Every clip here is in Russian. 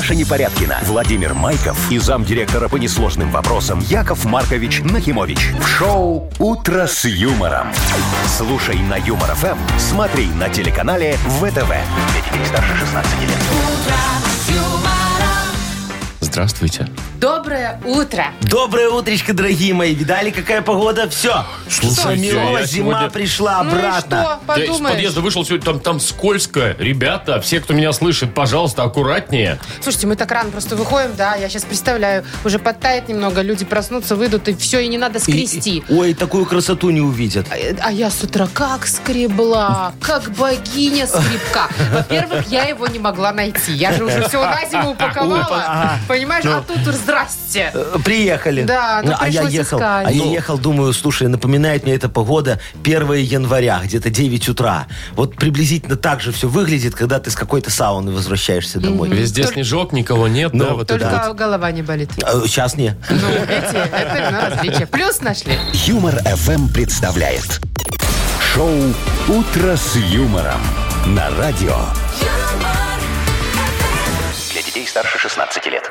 Маша Непорядкина, Владимир Майков и замдиректора по несложным вопросам Яков Маркович Нахимович. В шоу «Утро с юмором». Слушай на Юмор ФМ, смотри на телеканале ВТВ. Для детей старше 16 лет. Здравствуйте. Доброе утро. Доброе утречко, дорогие мои. Видали, какая погода? Все. Слушайте, Самила я зима сегодня- пришла Ну и обратно. что, Я из подумаешь? подъезда вышел сегодня, там скользко. Ребята, все, кто меня слышит, пожалуйста, аккуратнее. Слушайте, мы так рано просто выходим, да, я сейчас представляю, уже подтает немного, люди проснутся, выйдут, и все, и не надо скрести. Ой, такую красоту не увидят. А я с утра как скребла, как богиня скребка. Во-первых, я его не могла найти. Я же уже все на зиму упаковала. Ага. Понимаешь, а тут здрасте. Приехали. Да, ну, а я пришлось ехал, искать. а я ехал, думаю, слушай, напоминает мне эта погода 1 января, где-то 9 утра. Вот приблизительно так же все выглядит, когда ты с какой-то сауны возвращаешься домой. Везде снежок, никого нет, Ну, да, вот Только это вот. голова не болит. Сейчас не. Ну, эти, это на различие. Плюс нашли. Юмор ФМ представляет шоу «Утро с юмором» на радио. Для детей старше 16 лет.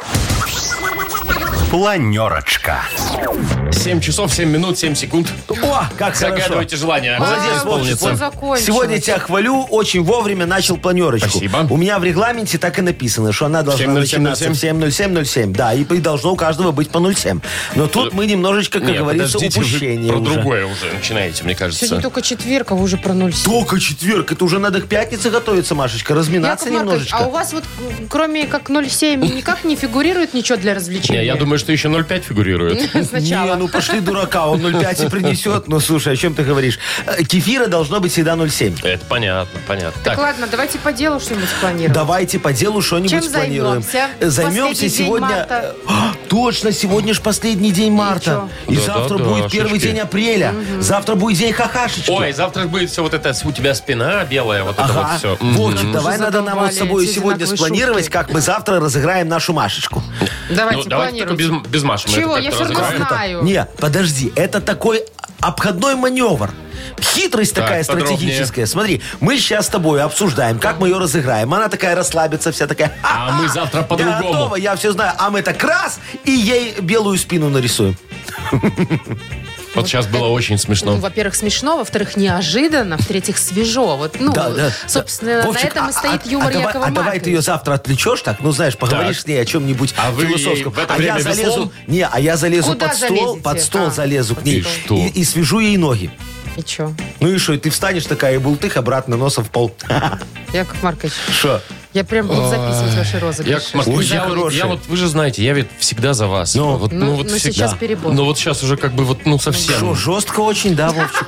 Планерочка. 7 часов, 7 минут, 7 секунд. О, как хорошо. Загадывайте желание. Молодец, Обязательно Вовчик, исполнится. вот закончилось. сегодня тебя хвалю, очень вовремя начал планерочку. Спасибо. У меня в регламенте так и написано, что она должна 7:07:07. начинаться в 7:07:07. Да, и должно у каждого быть по 0,7. Но тут мы немножечко, как Не, говорится, подождите, вы упущение про уже. другое уже начинаете, мне кажется. Сегодня только четверг, а вы уже про 0,7. Только четверг, это уже надо к пятнице готовиться, Машечка, разминаться Яков Маркович, немножечко. а у вас вот кроме как 0,7 никак не фигурирует ничего для развлечения? Не, я думаю, что еще 0,5 фигурирует. Сначала. Не, ну пошли дурака, он 0,5 и принесет. Ну, слушай, о чем ты говоришь? Кефира должно быть всегда 0,7. Это понятно, понятно. Так ладно, давайте по делу что-нибудь спланируем. Давайте по делу что-нибудь Чем спланируем. займемся? Займемся Последний день сегодня... марта. Точно, сегодня же последний день марта. И Да-да-да, завтра будет первый Шишки. день апреля. Завтра будет день хахашечки. Ой, завтра будет все вот это, у тебя спина белая, вот это вот Ага. все. Вовчик, давай Уже надо нам вот с собой задолбали эти сегодня одинаковые спланировать, шутки. как мы завтра разыграем нашу Машечку. Давайте Ну, давайте только планируем. без Маши. мы Чего? это Я как-то все равно разыграем. знаю. Не, подожди, это такой обходной маневр. Хитрость Так, такая подробнее. стратегическая. Смотри, мы сейчас с тобой обсуждаем, как мы ее разыграем. Она такая расслабится, вся такая... А мы завтра Я по-другому. готова, я все знаю. А мы так раз, и ей белую спину нарисуем. Вот сейчас было очень Ну, смешно. во-первых, смешно, во-вторых, неожиданно, в-третьих, свежо. Вот, ну, Да. собственно, Вовчик, на этом и стоит юмор давай, Якова давай ты Марковича. ее завтра отвлечешь так, ну знаешь, поговоришь Так. с ней о чем-нибудь А вы ей философском. в это А время я залезу, веслом? я залезу Куда залезете? под стол А, залезу к ней под стол. и свяжу ей ноги. И что? Ну и что, и ты встанешь такая, и бултых обратно носом в пол. Яков Маркович, Что? я прям буду записывать ваши розыгрыши. Яков Маркович, Очень хороший. я вот, вы же знаете, я ведь всегда за вас. Ну. Вот, Ну, вот ну, всегда. сейчас перебор. Ну вот сейчас уже как бы вот, ну совсем. Что, жестко очень, да, Вовчик?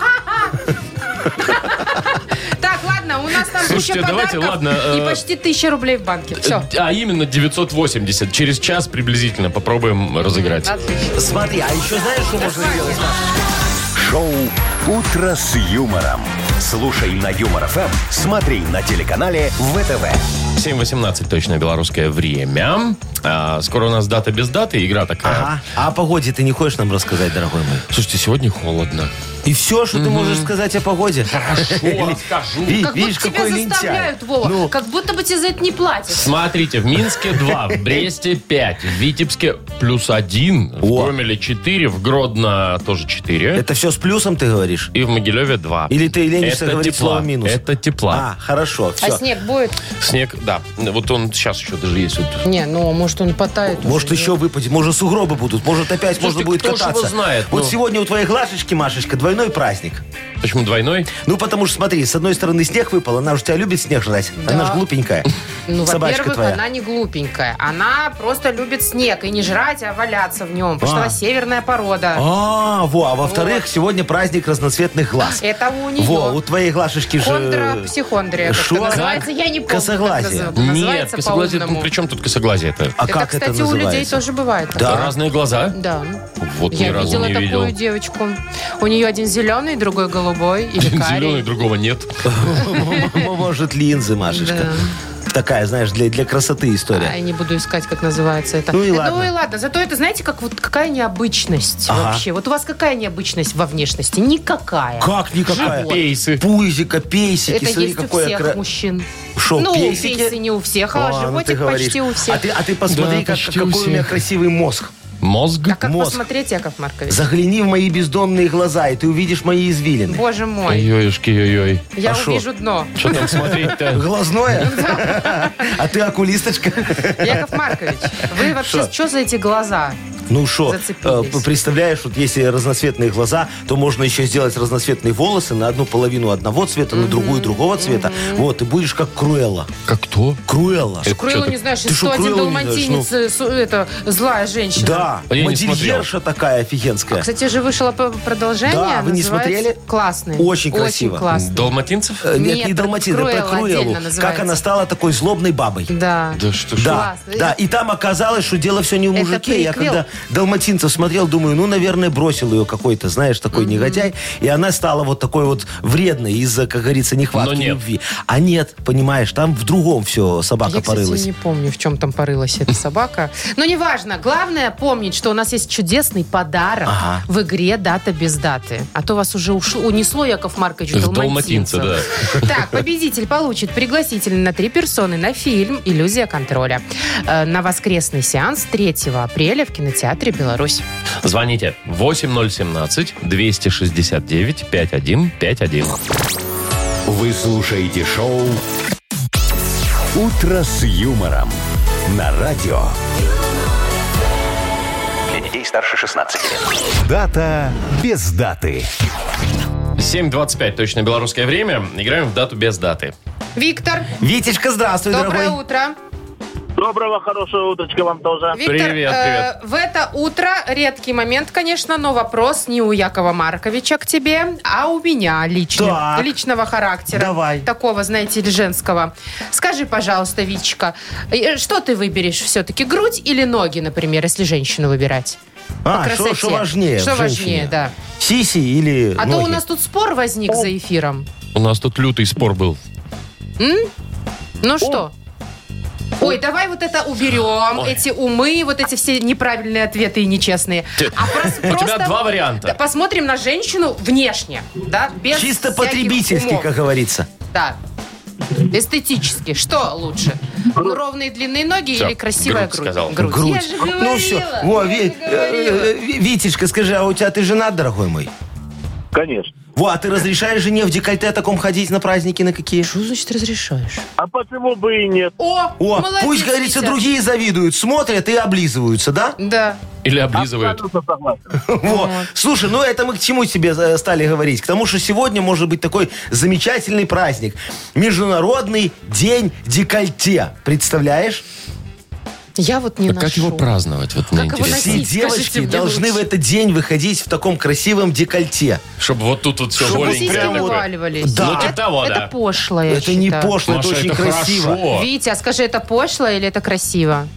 Так, ладно, у нас там Слушайте, куча давайте, подарков ладно, и почти 1000 рублей в банке. Все. А именно 980. Через час приблизительно попробуем разыграть. Отлично. Смотри, а еще знаешь, что можно сделать? Шоу «Утро с юмором». Слушай на Юмор ФМ, смотри на телеканале ВТВ. 7:18 точное белорусское время. Скоро у нас дата без даты, игра такая. Ага. А о погоде ты не хочешь нам рассказать, дорогой мой? Слушайте, сегодня холодно. И все, что ты можешь сказать о погоде? Хорошо, расскажу. Как Видишь, будто тебя какой лентяй. заставляют, Вова. Ну. Как будто бы тебе за это не платят. Смотрите, в Минске 2, в Бресте 5, в Витебске +1, в О. Гомеле 4, в Гродно тоже 4 Это все с плюсом, ты говоришь? и в Могилеве 2. Или ты ленишься Это говорить тепла. слово минус? Это тепла. А, хорошо, А все. снег будет? Снег, да. Вот он сейчас еще даже есть. Вот. Не, ну, может, он потает. Может, уже, еще выпадет, может, сугробы будут, может, опять Слушайте, можно будет кто ж его кататься. знает, Вот ну. сегодня у твоей Глашечки, Машечка, двойной праздник. Почему двойной? Ну, потому что, смотри, с одной стороны снег выпал, она же тебя любит снег жрать. Да. Она же глупенькая. Ну, Собачка во-первых, твоя. она не глупенькая. Она просто любит снег. И не жрать, а валяться в нем. Потому что она северная порода. А во-вторых, сегодня праздник разноцветных глаз. Это у нее. Во, у твоей Глашечки же... Хондропсихондрия. Как Шо? это называется? Я не помню, как Косоглазие. это называется Нет, косоглазие, по-умному. при чем тут косоглазие это? А Это, как кстати, это у людей называется? тоже бывает. Да. Разные глаза? Да. Вот ни Я разу видела не такую видел. девочку. У нее один зеленый, другой голубой или Один карий. зеленый, другого нет. Может, линзы, Машечка. Да. Такая, знаешь, для красоты история. Я не буду искать, как называется это. Ну и ладно. Ну и ладно. Зато это, знаете, как вот какая необычность вообще. Вот у вас какая необычность во внешности? Никакая. Как никакая? Пейсы. Пузика, пейсики, Это смотри, есть у какое... всех мужчин. Шо, ну, пейсики? пейсы не у всех, а Ну, ты животик говоришь. почти у всех. А ты посмотри, Да, почти у какой у меня всех. красивый мозг. Мозг? А как мозг. посмотреть, Яков Маркович? Загляни в мои бездонные глаза, и ты увидишь мои извилины. Боже мой. Ой-ой-ой. Я шо? увижу дно. Что там смотреть-то? Глазное? А ты окулисточка? Яков Маркович, вы вообще что за эти глаза? Ну что, Зацепились. представляешь, вот если разноцветные глаза, то можно еще сделать разноцветные волосы на одну половину одного цвета, на другую другого цвета. Вот, и будешь как Круэлла. Как кто? Круэлла. Круэллу не знаешь, Ты шо, 101 Круэллу не далматинец, это злая женщина. Да, Я не модельерша такая офигенская. Кстати, же вышло продолжение. Да, вы не называется смотрели? Классный. Очень красиво. классный. Далматинцев? Нет, Нет, не Далматин, про про Круэллу Круэллу. отдельно называется. Как она стала такой злобной бабой. Да. Да что ж. Да, Классно. да, и там оказалось, что дело все не в Это мужике. Я приквел. когда далматинцев смотрел, думаю, ну, наверное, бросил ее какой-то, знаешь, такой негодяй, и она стала вот такой вот вредной из-за, как говорится, нехватки Но нет. любви. А нет, понимаешь, там в другом все собака Я, кстати, порылась. не помню, в чем там порылась эта собака. Но неважно. Главное помнить, что у нас есть чудесный подарок Ага. в игре «Дата без даты». А то вас уже унесло, Яков Маркович, В далматинцев. далматинца, Так, победитель получит пригласительный на 3 персоны на фильм «Иллюзия контроля» на воскресный сеанс 3 апреля в кинотеатре «Беларусь». Звоните 8017-269-5151. Вы слушаете шоу «Утро с юмором» на радио. Для детей старше 16 лет. Дата без даты. 7:25, точно белорусское время. Играем в дату без даты. Виктор, Витечка, здравствуй, доброе дорогой. утро. Доброго, хорошего утречка вам тоже. Виктор, Привет. в это утро редкий момент, конечно, но вопрос не у Якова Марковича к тебе, а у меня Так. личного характера. Давай. Такого, знаете ли, женского. Скажи, пожалуйста, Витечка, что ты выберешь все-таки, грудь или ноги, например, если женщину выбирать? По красоте. Что важнее? Что в женщине? важнее, да. Сиси или А ноги? то у нас тут спор возник за эфиром. У нас тут лютый спор был. Ну что? Ой, давай вот это уберем, эти умы, вот эти все неправильные ответы и нечестные. У тебя два варианта. Посмотрим на женщину внешне, да, без Чисто всяких потребительски, умов. как говорится. Да. Эстетически. Что лучше? Ровные длинные ноги Всё, или красивая грудь грудь? сказал. Грудь. Я же говорила. Ну все. Витечка, скажи, а у тебя ты женат, дорогой мой? Конечно. Во, а ты разрешаешь жене в декольте таком ходить на праздники на какие? Что значит разрешаешь? А почему бы и нет? О, О, молодец, пусть, говорится, Витя. другие завидуют, смотрят и облизываются, да? Да. Или облизывают. Абсолютно согласен. Во. Слушай, ну это мы к чему тебе стали говорить? К тому, что сегодня может быть такой замечательный праздник. Международный день декольте. Представляешь? Я вот не А ношу. как его праздновать? Вот мне Как его интересно. Все носить? девочки Скажите мне должны лучше. в этот день выходить в таком красивом декольте. Чтобы вот тут вот все Чтобы голенькое. Сиськи прям вот- такое. вываливались. Да. Ну, типа того, это да. пошло, я Это не считаю. пошло, это Маша, очень это красиво. хорошо. Витя, а скажи, это пошло или это красиво?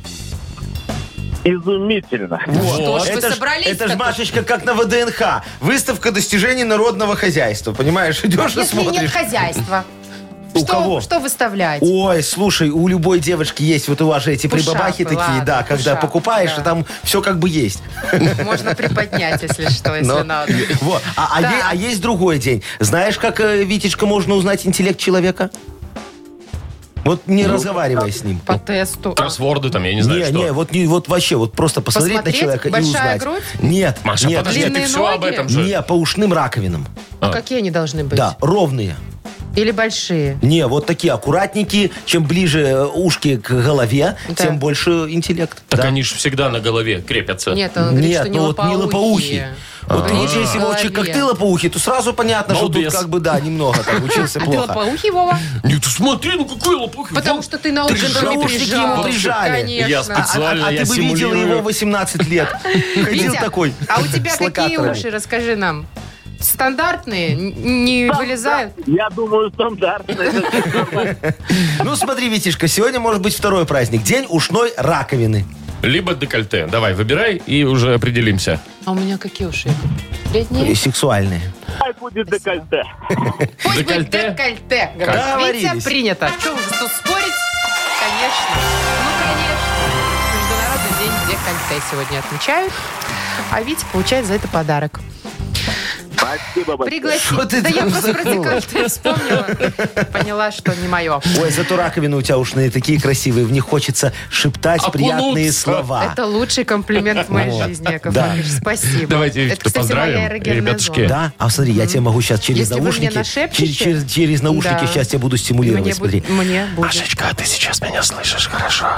Изумительно. Что ж вы Это ж, собрались-то? Машечка, как на ВДНХ. Выставка достижений народного хозяйства. Понимаешь, идешь и Если нет смотришь. хозяйства. У что, кого? Что выставлять? Ой, слушай, у любой девочки есть вот у вас же эти Пушапы, прибабахи такие, ладно, да, когда пушапы, покупаешь, да. и там все как бы есть. Можно приподнять, если что, если Но- надо. Вот. А Так. есть другой день. Знаешь, как, Витечка, можно узнать интеллект человека? Вот не разговаривая с ним. По тесту. Кроссворды там, я не знаю, что. вот вообще, вот просто посмотреть Посмотреть? на человека и Большая узнать. грудь? Нет, Маша, нет, подожди, Длинные ты все об ноги? этом же. не, по ушным раковинам. Какие они должны быть? Да, ровные. Или большие? Не, вот такие аккуратненькие. Чем ближе ушки к голове, Да. тем больше интеллект. Так Да. они же всегда на голове крепятся. Нет, он говорит, Нет, что не ну вот не лопоухие. Вот Они если в Вовчик, как голове. ты лопоухий, то сразу понятно, что тут Балбес. как бы, да, немного так учился А ты плохо. лопоухий, Вова? Нет, ты смотри, ну какой лопух. Потому что ты наушники же наушники ему прижали. Конечно. Я специально, А я ты бы видела симулирую. его 18 лет. Ходил Витя, такой. а у тебя с какие локаторами. уши? Расскажи нам. Стандартные? Не вылезают? Я думаю, стандартно. Ну смотри, Витишка, сегодня может быть второй праздник. День ушной раковины. Либо декольте. Давай, выбирай и уже определимся. А у меня какие уши? Средние? Сексуальные. Пусть будет декольте. Пусть будет Декольте? декольте. говорит. Договорились. Витя, принято. Что уже тут спорить? Конечно. Ну, конечно. Международный день декольте сегодня отмечают. А Витя получает за это подарок. Спасибо большое. Что ты Да я там просто про загнула? декольте вспомнила. Поняла, что не мое. Ой, зато раковины у тебя ушные такие красивые. В них хочется шептать Окунуться. приятные слова. Это лучший комплимент в моей жизни, Яков Да. Маркович. Спасибо. Давайте, Это, Витечка, кстати, моя поздравим, эрогенная ребятушки. зона. Да? А смотри, я тебе могу сейчас через Если вы мне наушники... нашепчете, через наушники да. сейчас я буду стимулировать, Мне смотри. мне будет. Машечка, ты сейчас меня слышишь хорошо?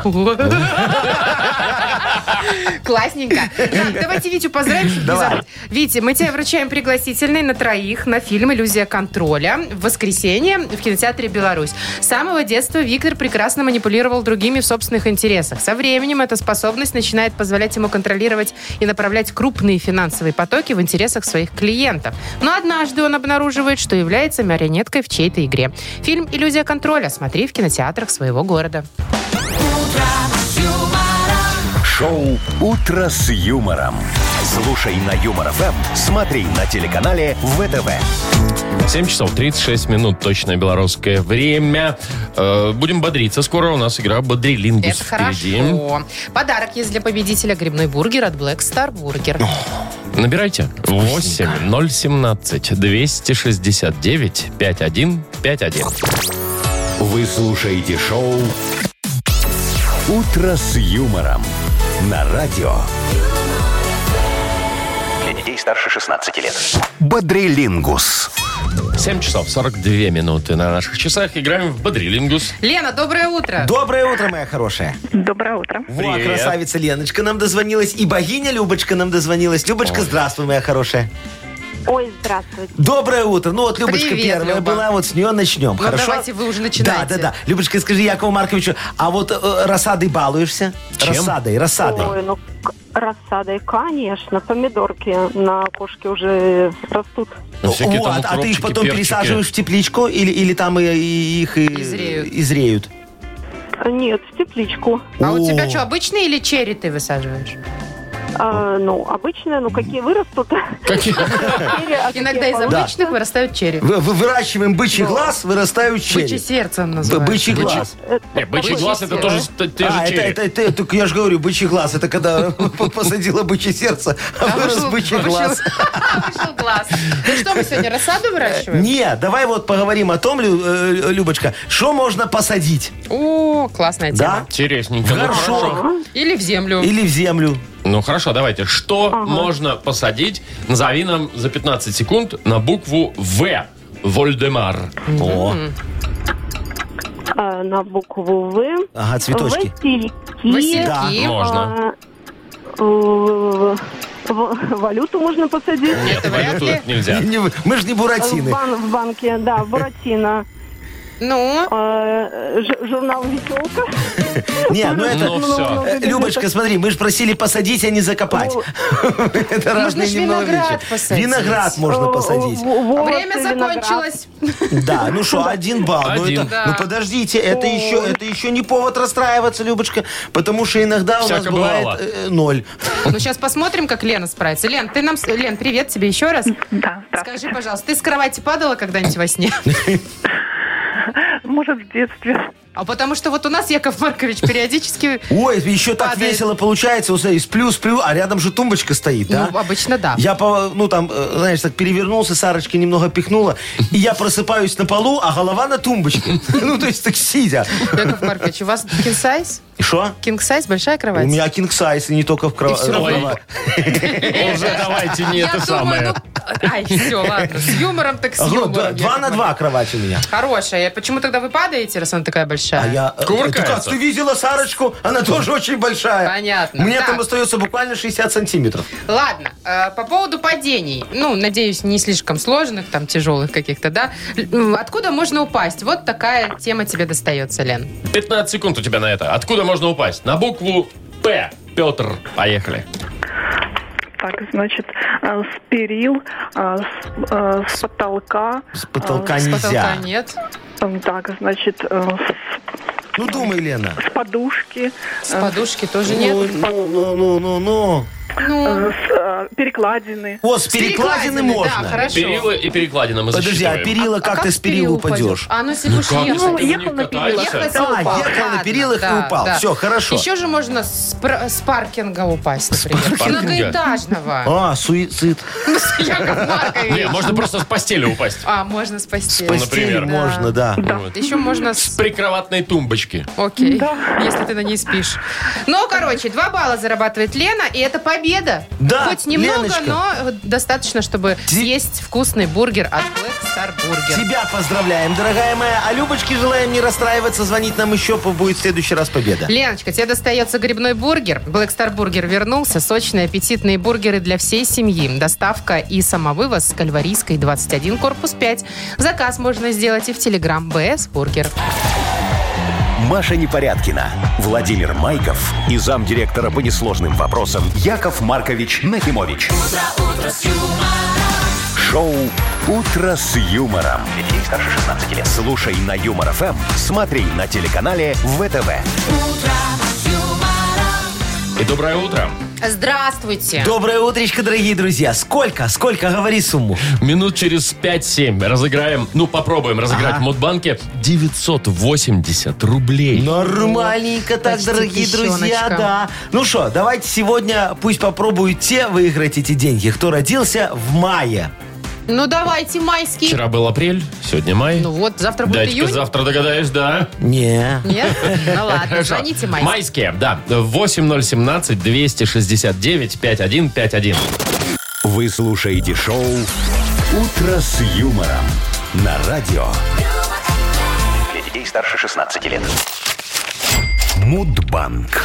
Классненько. Так, давайте Витю поздравим, чтобы не Давай. забыть. Витя, мы тебе вручаем пригласительный на троих на фильм «Иллюзия контроля» в воскресенье в кинотеатре «Беларусь». С самого детства Виктор прекрасно манипулировал другими в собственных интересах. Со временем эта способность начинает позволять ему контролировать и направлять крупные финансовые потоки в интересах своих клиентов. Но однажды он обнаруживает, что является марионеткой в чьей-то игре. Фильм «Иллюзия контроля» смотри в кинотеатрах своего города. Шоу «Утро с юмором». Слушай на Юмор ФМ, смотри на телеканале ВТВ. 7 часов 36 минут, точное белорусское время. Будем бодриться. Скоро у нас игра «Бодрилингус» Это впереди. хорошо. Подарок есть для победителя: грибной бургер от Black Star Burger. Набирайте 8017-269-5151. Вы слушаете шоу «Утро с юмором» на радио. Для детей старше 16 лет. Бодрилингус. 7 часов 42 минуты на наших часах. Играем в «Бодрилингус». Лена, доброе утро. Доброе утро, моя хорошая. Доброе утро. Во, Привет. красавица Леночка нам дозвонилась. И богиня Любочка нам дозвонилась. Любочка, здравствуй, моя хорошая. Ой, здравствуйте. Доброе утро. Ну вот Любочка Привет, первая Люба. была, вот с нее начнем. Ну, Хорошо? давайте вы уже начинаете. Да. Любочка, скажи Якову Марковичу, а вот рассадой балуешься? Чем? Рассадой. Ой, ну рассадой, конечно. Помидорки на окошке уже растут. Ну, всякие Вот, там а ты их укропчики, потом перчики. пересаживаешь в тепличку или там их изреют? Нет, в тепличку. А у О. тебя что, обычные или черри ты высаживаешь? Ну, обычные, ну какие вырастут. Какие? Иногда из обычных вырастают черри. Выращиваем бычий глаз, вырастают черри. Бычье сердце он называется. Бычий глаз. Не, бычий глаз это тоже те же черри. Это, я же говорю, бычий глаз. Это когда посадила бычье сердце, а вырос бычий глаз. Вышел глаз. Ну что, мы сегодня рассаду выращиваем? Не, давай вот поговорим о том, Любочка, что можно посадить. О, классная Да? тема. Интересненько. В Ну, горшок. хорошо. Или в землю. Или в землю. Ну, хорошо, давайте. Что можно посадить? Назови нам за 15 секунд на букву В. Вольдемар. О, На букву В. ага, цветочки. Васильки. Да. Можно. Валюту можно посадить. Нет, вряд валюту ли. нельзя. Мы же не буратины. В банке, да, Буратино. Ну, Журнал «Веселка». Не, ну это... Ну, все. Любочка, смотри, мы же просили посадить, а не закопать. Это разные ж немного виноград вещи. посадить. Виноград можно посадить. время закончилось. Да, ну что, 1 балл. Ну, Один. это- ну подождите, это еще не повод расстраиваться, Любочка, потому что иногда у нас Всяко бывает бывало. 0. Ну, сейчас посмотрим, как Лена справится. Лен, Лен, привет тебе еще раз. Да, Скажи, пожалуйста, ты с кровати падала когда-нибудь во сне? Может, в детстве. А потому что вот у нас Яков Маркович периодически... Ой, еще так Падает. весело получается. Вот смотри, сплю, а рядом же тумбочка стоит, да? Ну, обычно да. Я, знаешь, так перевернулся, Сарочка немного пихнула, и я просыпаюсь на полу, а голова на тумбочке. Ну, то есть так сидя. Яков Маркович, у вас king size? И что? King size, большая кровать? У меня king size, и не только в И всё равно. кровати. Уже давайте не Я это думаю, самое. ай, все, ладно. С юмором так с юмором. 2 на 2 кровать у меня. Хорошая. Почему тогда вы падаете, раз она такая большая? А я... Кувыркается. Ты видела Сарочку? Она тоже очень большая. Понятно. Мне Так. там остается буквально 60 сантиметров. Ладно, по поводу падений. Ну, надеюсь, не слишком сложных, там, тяжелых каких-то, да? Откуда можно упасть? Вот такая тема тебе достается, Лен. 15 секунд у тебя на это. Откуда можно упасть? На букву П. Петр. Поехали. Так, значит, с перил, с потолка. С потолка С потолка нельзя. нет. Так, значит, Ну, думай, Лена. с подушки. С подушки тоже нет. Ну. С перекладины. О, с перекладины можно. Да, хорошо. Перила и перекладина мы Подожди, а засчитываем. перила, как ты с перил упадешь? А ну, если будешь как? ехать. Ты на них ехал на перила. катаешься? Ехать и А, упал. ехал на Ладно, перилах и упал. Все, хорошо. Еще же можно с паркинга упасть, например. паркинга? Многоэтажного. А, суицид. Яков Маркович. Не, можно просто с постели упасть. А, можно спасти. Например. Можно, да. Вот. Еще можно С прикроватной тумбочки. Окей, если ты на ней спишь. Ну, короче, 2 балла зарабатывает Лена, и это победа. Да, Хоть немного, Леночка. но достаточно, чтобы съесть вкусный бургер от Black Star Burger. Тебя поздравляем, дорогая моя. А Любочке желаем не расстраиваться, звонить нам еще, будет в следующий раз победа. Леночка, тебе достается грибной бургер. Black Star Burger вернулся. Сочные, аппетитные бургеры для всей семьи. Доставка и самовывоз с Кальварийской, 21, корпус 5. Заказ можно сделать и в Телеграм БС Бургер. Маша Непорядкина, Владимир Майков и замдиректора по несложным вопросам Яков Маркович Нахимович. Шоу «Утро с юмором». Для детей старше 16 лет. Слушай на Юмор ФМ, смотри на телеканале ВТВ. И доброе утро. Здравствуйте. Доброе утречко, дорогие друзья. Сколько? Говори сумму. Минут через 5-7 разыграем, попробуем разыграть в Мудбанке 980 рублей. Нормальненько так, Почти дорогие друзья, тысячоночка. да. Ну что, давайте сегодня пусть попробуют те выиграть эти деньги, кто родился в мае. Ну, давайте майский. Вчера был апрель, сегодня май. Ну вот, завтра будет Дайте-ка июнь. завтра догадаюсь, да. Не. Нет? Ну ладно, Хорошо. звоните майский. Майские, да. 8017-269-5151. Вы слушаете шоу «Утро с юмором» на радио. Для детей старше 16 лет. Мудбанк.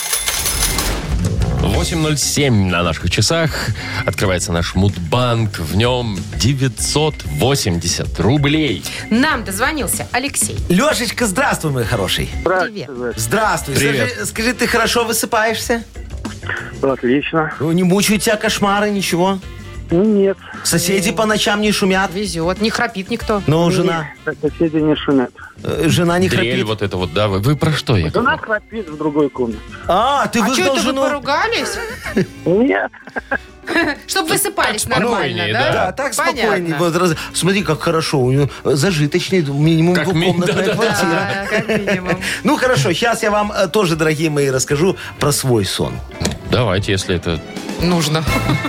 8:07 на наших часах. Открывается наш Мудбанк. В нем 980 рублей. Нам дозвонился Алексей. Лешечка, здравствуй, мой хороший. Привет. Здравствуй. Привет. Скажи, ты хорошо высыпаешься? Отлично. Не мучают тебя кошмары, ничего? Нет, Соседи по ночам не шумят? Везет, не храпит никто. Ну, жена? соседи не шумят. Жена не Дрель храпит? вот это вот, да. Вы про что, Яков? Жена храпит в другой комнате. А, ты А что выгнал это вы жену? поругались? Нет. Чтобы высыпались так нормально, спокойнее, да? Да, так спокойнее. Понятно. Вот, смотри, как хорошо. У него зажиточный, минимум Как двухкомнатная да-да. квартира. Да, как минимум. Ну, хорошо, сейчас я вам тоже, дорогие мои, расскажу про свой сон. Давайте, если это... Нужно.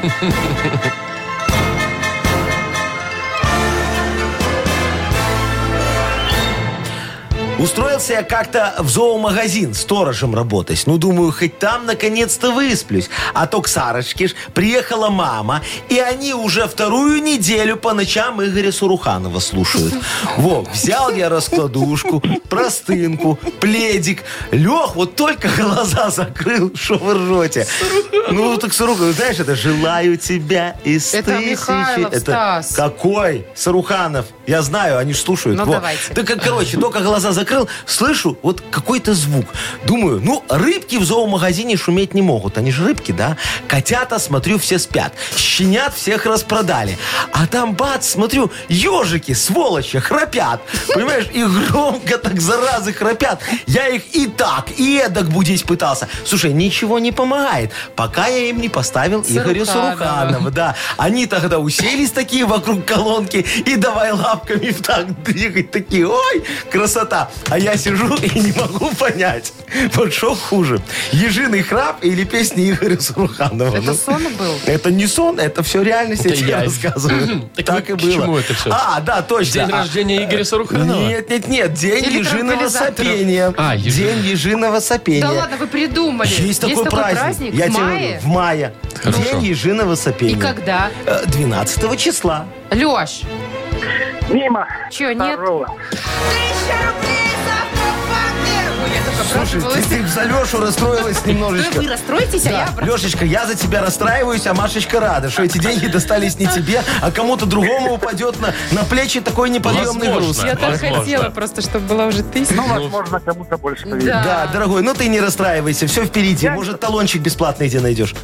Устроился я как-то в зоомагазин сторожем работать. Ну, думаю, хоть там наконец-то высплюсь. А то к Сарочке ж приехала мама, и они уже вторую неделю по ночам Игоря Суруханова слушают. Во, взял я раскладушку, простынку, пледик. Лег, вот только глаза закрыл, что вы ржете. Ну, так Суруханов, знаешь, это «Желаю тебя из Это тысячи». Михайлов, Стас. Какой? Саруханов. Я знаю, они ж слушают. Ну, Во. давайте. Так, короче, только глаза закрыл, слышу вот какой-то звук. Думаю, ну, рыбки в зоомагазине шуметь не могут. Они же рыбки, да? Котята, смотрю, все спят. Щенят всех распродали. А там, бац, смотрю, ежики, сволочи, храпят. Понимаешь, и громко так, заразы, храпят. Я их и так, и эдак будить пытался. Слушай, ничего не помогает, пока я им не поставил Игоря Суруханова. Да. Они тогда уселись такие вокруг колонки и давай лапками в так двигать. Такие, ой, красота. А я сижу и не могу понять, вот что хуже, ежиный храп или песни Игоря Суруханова. Это сон был? Это не сон, это все реальность, я Это тебе я. рассказываю. Так Так и вы к было. чему это всё? А, да, точно. День рождения Игоря Суруханова? Нет, день Или ежиного транквилизаторов. сопения. А, День ежиного сопения. Да ладно, вы придумали. Есть такой праздник. В Я тебе мае? говорю, в мае. Хорошо. День ежиного сопения. И когда? 12 числа. Леш, Мимо. что, нет? Здорово. 1000 рублей завтра в банке! Я только Слушай, обрадовалась. ты за Лешу расстроилась Ну, немножечко. вы расстроитесь, а я обрадуюсь. Лешечка, я за тебя расстраиваюсь, а Машечка рада, что эти деньги достались не тебе, а кому-то другому упадет на плечи такой неподъемный груз. Возможно. Я так Возможно. хотела просто, чтобы была уже 1000. Ну, возможно, кому-то больше повезет. Да. Да, дорогой, ну ты не расстраивайся, все впереди. Может, талончик бесплатный где найдешь.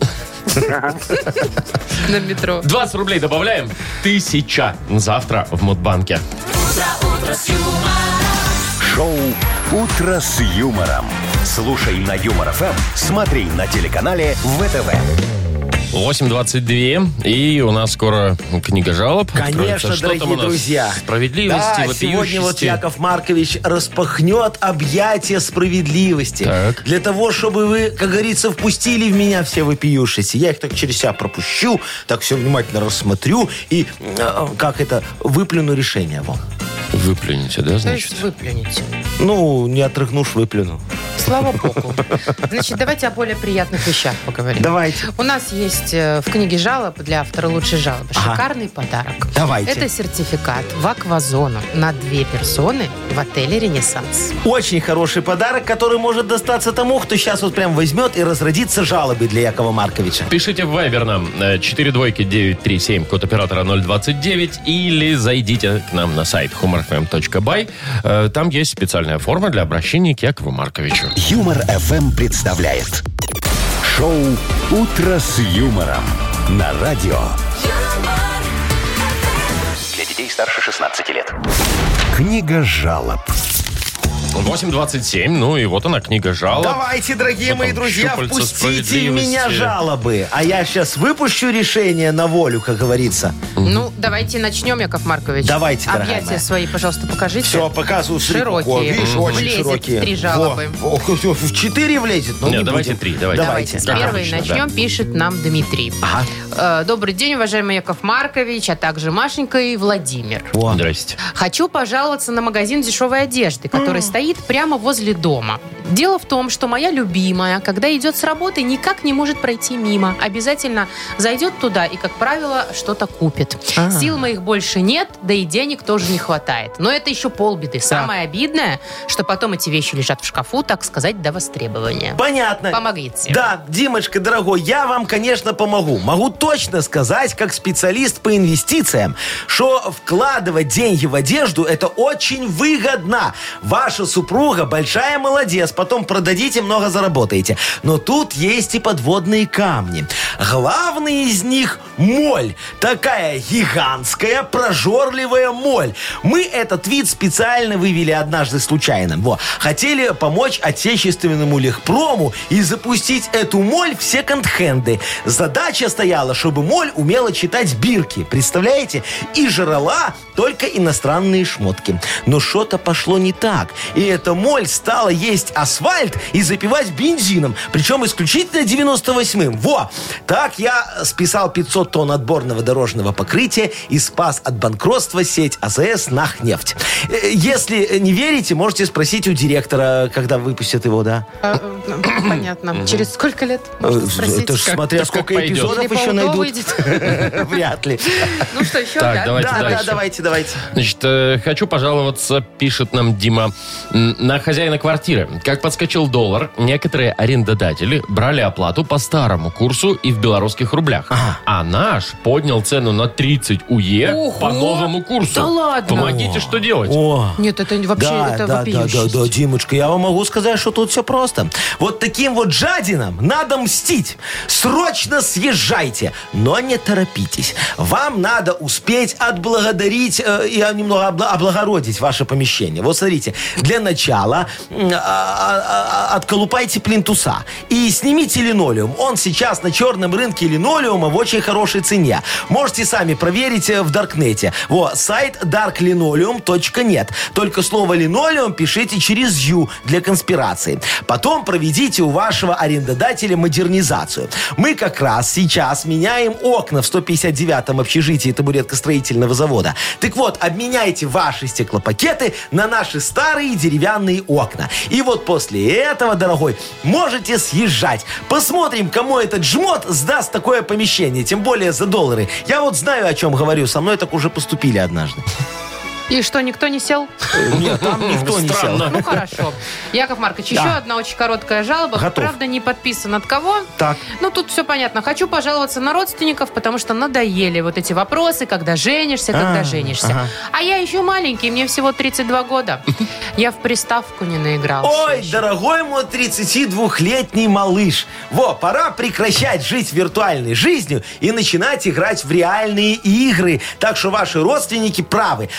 На метро. 20 рублей добавляем. 1000 завтра в Мудбанке. Шоу «Утро с юмором». Слушай на Юмор ФМ, смотри на телеканале ВТВ. 8:22, и у нас скоро книга жалоб. Конечно, откроется. Что там дорогие у нас? друзья. Справедливости, Да, вопиющести. сегодня вот Яков Маркович распахнет объятия справедливости. Так. Для того, чтобы вы, как говорится, впустили в меня все вопиющести. Я их так через себя пропущу, так все внимательно рассмотрю и, выплюну решение. Во. Выплюнете, да, То значит? есть выплюнете. Ну, не отрыгнешь, выплюну. Слава богу. Значит, давайте о более приятных вещах поговорим. Давайте. У нас есть в книге жалоб для автора лучшей жалобы Ага. шикарный подарок. Давайте. Это сертификат в аквазону на 2 персоны в отеле «Ренессанс». Очень хороший подарок, который может достаться тому, кто сейчас вот прям возьмет и разродится жалобой для Якова Марковича. Пишите в Viber нам 42937, код оператора 029, или зайдите к нам на сайт humorfm.by. Там есть специальная форма для обращения к Якову Марковичу. Юмор FM представляет шоу «Утро с юмором» на радио. Для детей старше 16 лет. Книга жалоб. 8:27, ну и вот она, книга жалоб. Давайте, дорогие Что мои там, друзья, щупальца впустите в справедливости? меня жалобы. А я сейчас выпущу решение на волю, как говорится. Ну, давайте начнем, Яков Маркович. Давайте, дорогая Объятия моя. свои, пожалуйста, покажите. Все, показываю. смотри, Широкие. какой. Видишь, очень Влезет в широкие. 3 жалобы. Во. в 4 влезет, но Нет, не давайте будем. 3, давайте. Давайте, с Как первой обычно, начнем, да. пишет нам Дмитрий. Добрый день, уважаемый Яков Маркович, а также Машенька и Владимир. Во. Здрасте. Хочу пожаловаться на магазин дешевой одежды, который стоит прямо возле дома. Дело в том, что моя любимая, когда идет с работы, никак не может пройти мимо. Обязательно зайдет туда и, как правило, что-то купит. Сил моих больше нет, да и денег тоже не хватает. Но это еще полбеды. Самое обидное, что потом эти вещи лежат в шкафу, так сказать, до востребования. Понятно. Помогите. Да, Димочка, дорогой, я вам, конечно, помогу. Могу точно сказать, как специалист по инвестициям, что вкладывать деньги в одежду – это очень выгодно. Ваша супруга большая молодец, потом продадите, много заработаете. Но тут есть и подводные камни. Главный из них – моль. Такая гигантская, прожорливая моль. Мы этот вид специально вывели однажды случайно. Хотели помочь отечественному легпрому и запустить эту моль в секонд-хенды. Задача стояла, чтобы моль умела читать бирки. Представляете? И жрала только иностранные шмотки. Но что-то пошло не так. И эта моль стала есть асфальт и запивать бензином. Причем исключительно 98-м. Так я списал 500 тонн отборного дорожного покрытия и спас от банкротства сеть АЗС «Нахнефть». Если не верите, можете спросить у директора, когда выпустят его, да? Понятно. Через сколько лет? Можно спросить? Это ж смотря как сколько пойдет. эпизодов Или еще по УДО найдут. выйдет. Вряд ли. Ну что, еще? Так, да? давайте дальше. Давайте. Значит, хочу пожаловаться, пишет нам Дима, на хозяина квартиры. Как подскочил доллар, некоторые арендодатели брали оплату по старому курсу и в белорусских рублях. А наш поднял цену на 30 УЕ Ого! по новому курсу. Да ладно? Помогите, что делать? О, Нет, это вообще это вопиющесть. да, Димочка, я вам могу сказать, что тут все просто. Вот таким вот жадинам надо мстить. Срочно съезжайте, но не торопитесь. Вам надо успеть отблагодарить и немного облагородить ваше помещение. Вот смотрите, для начала отколупайте плинтуса и снимите линолеум. Он сейчас на черном рынке линолеума в очень хорошей цене. Можете сами проверить в Даркнете. Сайт darklinoleum.net. Только слово линолеум пишите через «ю» для конспирации. Потом проведите у вашего арендодателя модернизацию. Мы как раз сейчас меняем окна в 159-м общежитии табуреткостроительного завода. Так вот, обменяйте ваши стеклопакеты на наши старые деревянные окна. И вот после этого, дорогой, можете съезжать. Посмотрим, кому этот жмот сдаст такое помещение. Тем более за доллары. Я вот знаю, о чем говорю. Со мной так уже поступили однажды. И что, никто не сел? Нет, там никто не сел. Странно. Ну, хорошо. Яков Маркович, еще одна очень короткая жалоба. Готов. Правда, не подписан от кого. Так. Ну, тут все понятно. Хочу пожаловаться на родственников, потому что надоели вот эти вопросы, когда женишься, когда женишься. ага. А я еще маленький, мне всего 32 года. Я в приставку не наигрался. Ой, еще. дорогой мой 32-летний малыш. Пора прекращать жить виртуальной жизнью и начинать играть в реальные игры. Так что ваши родственники правы. Вам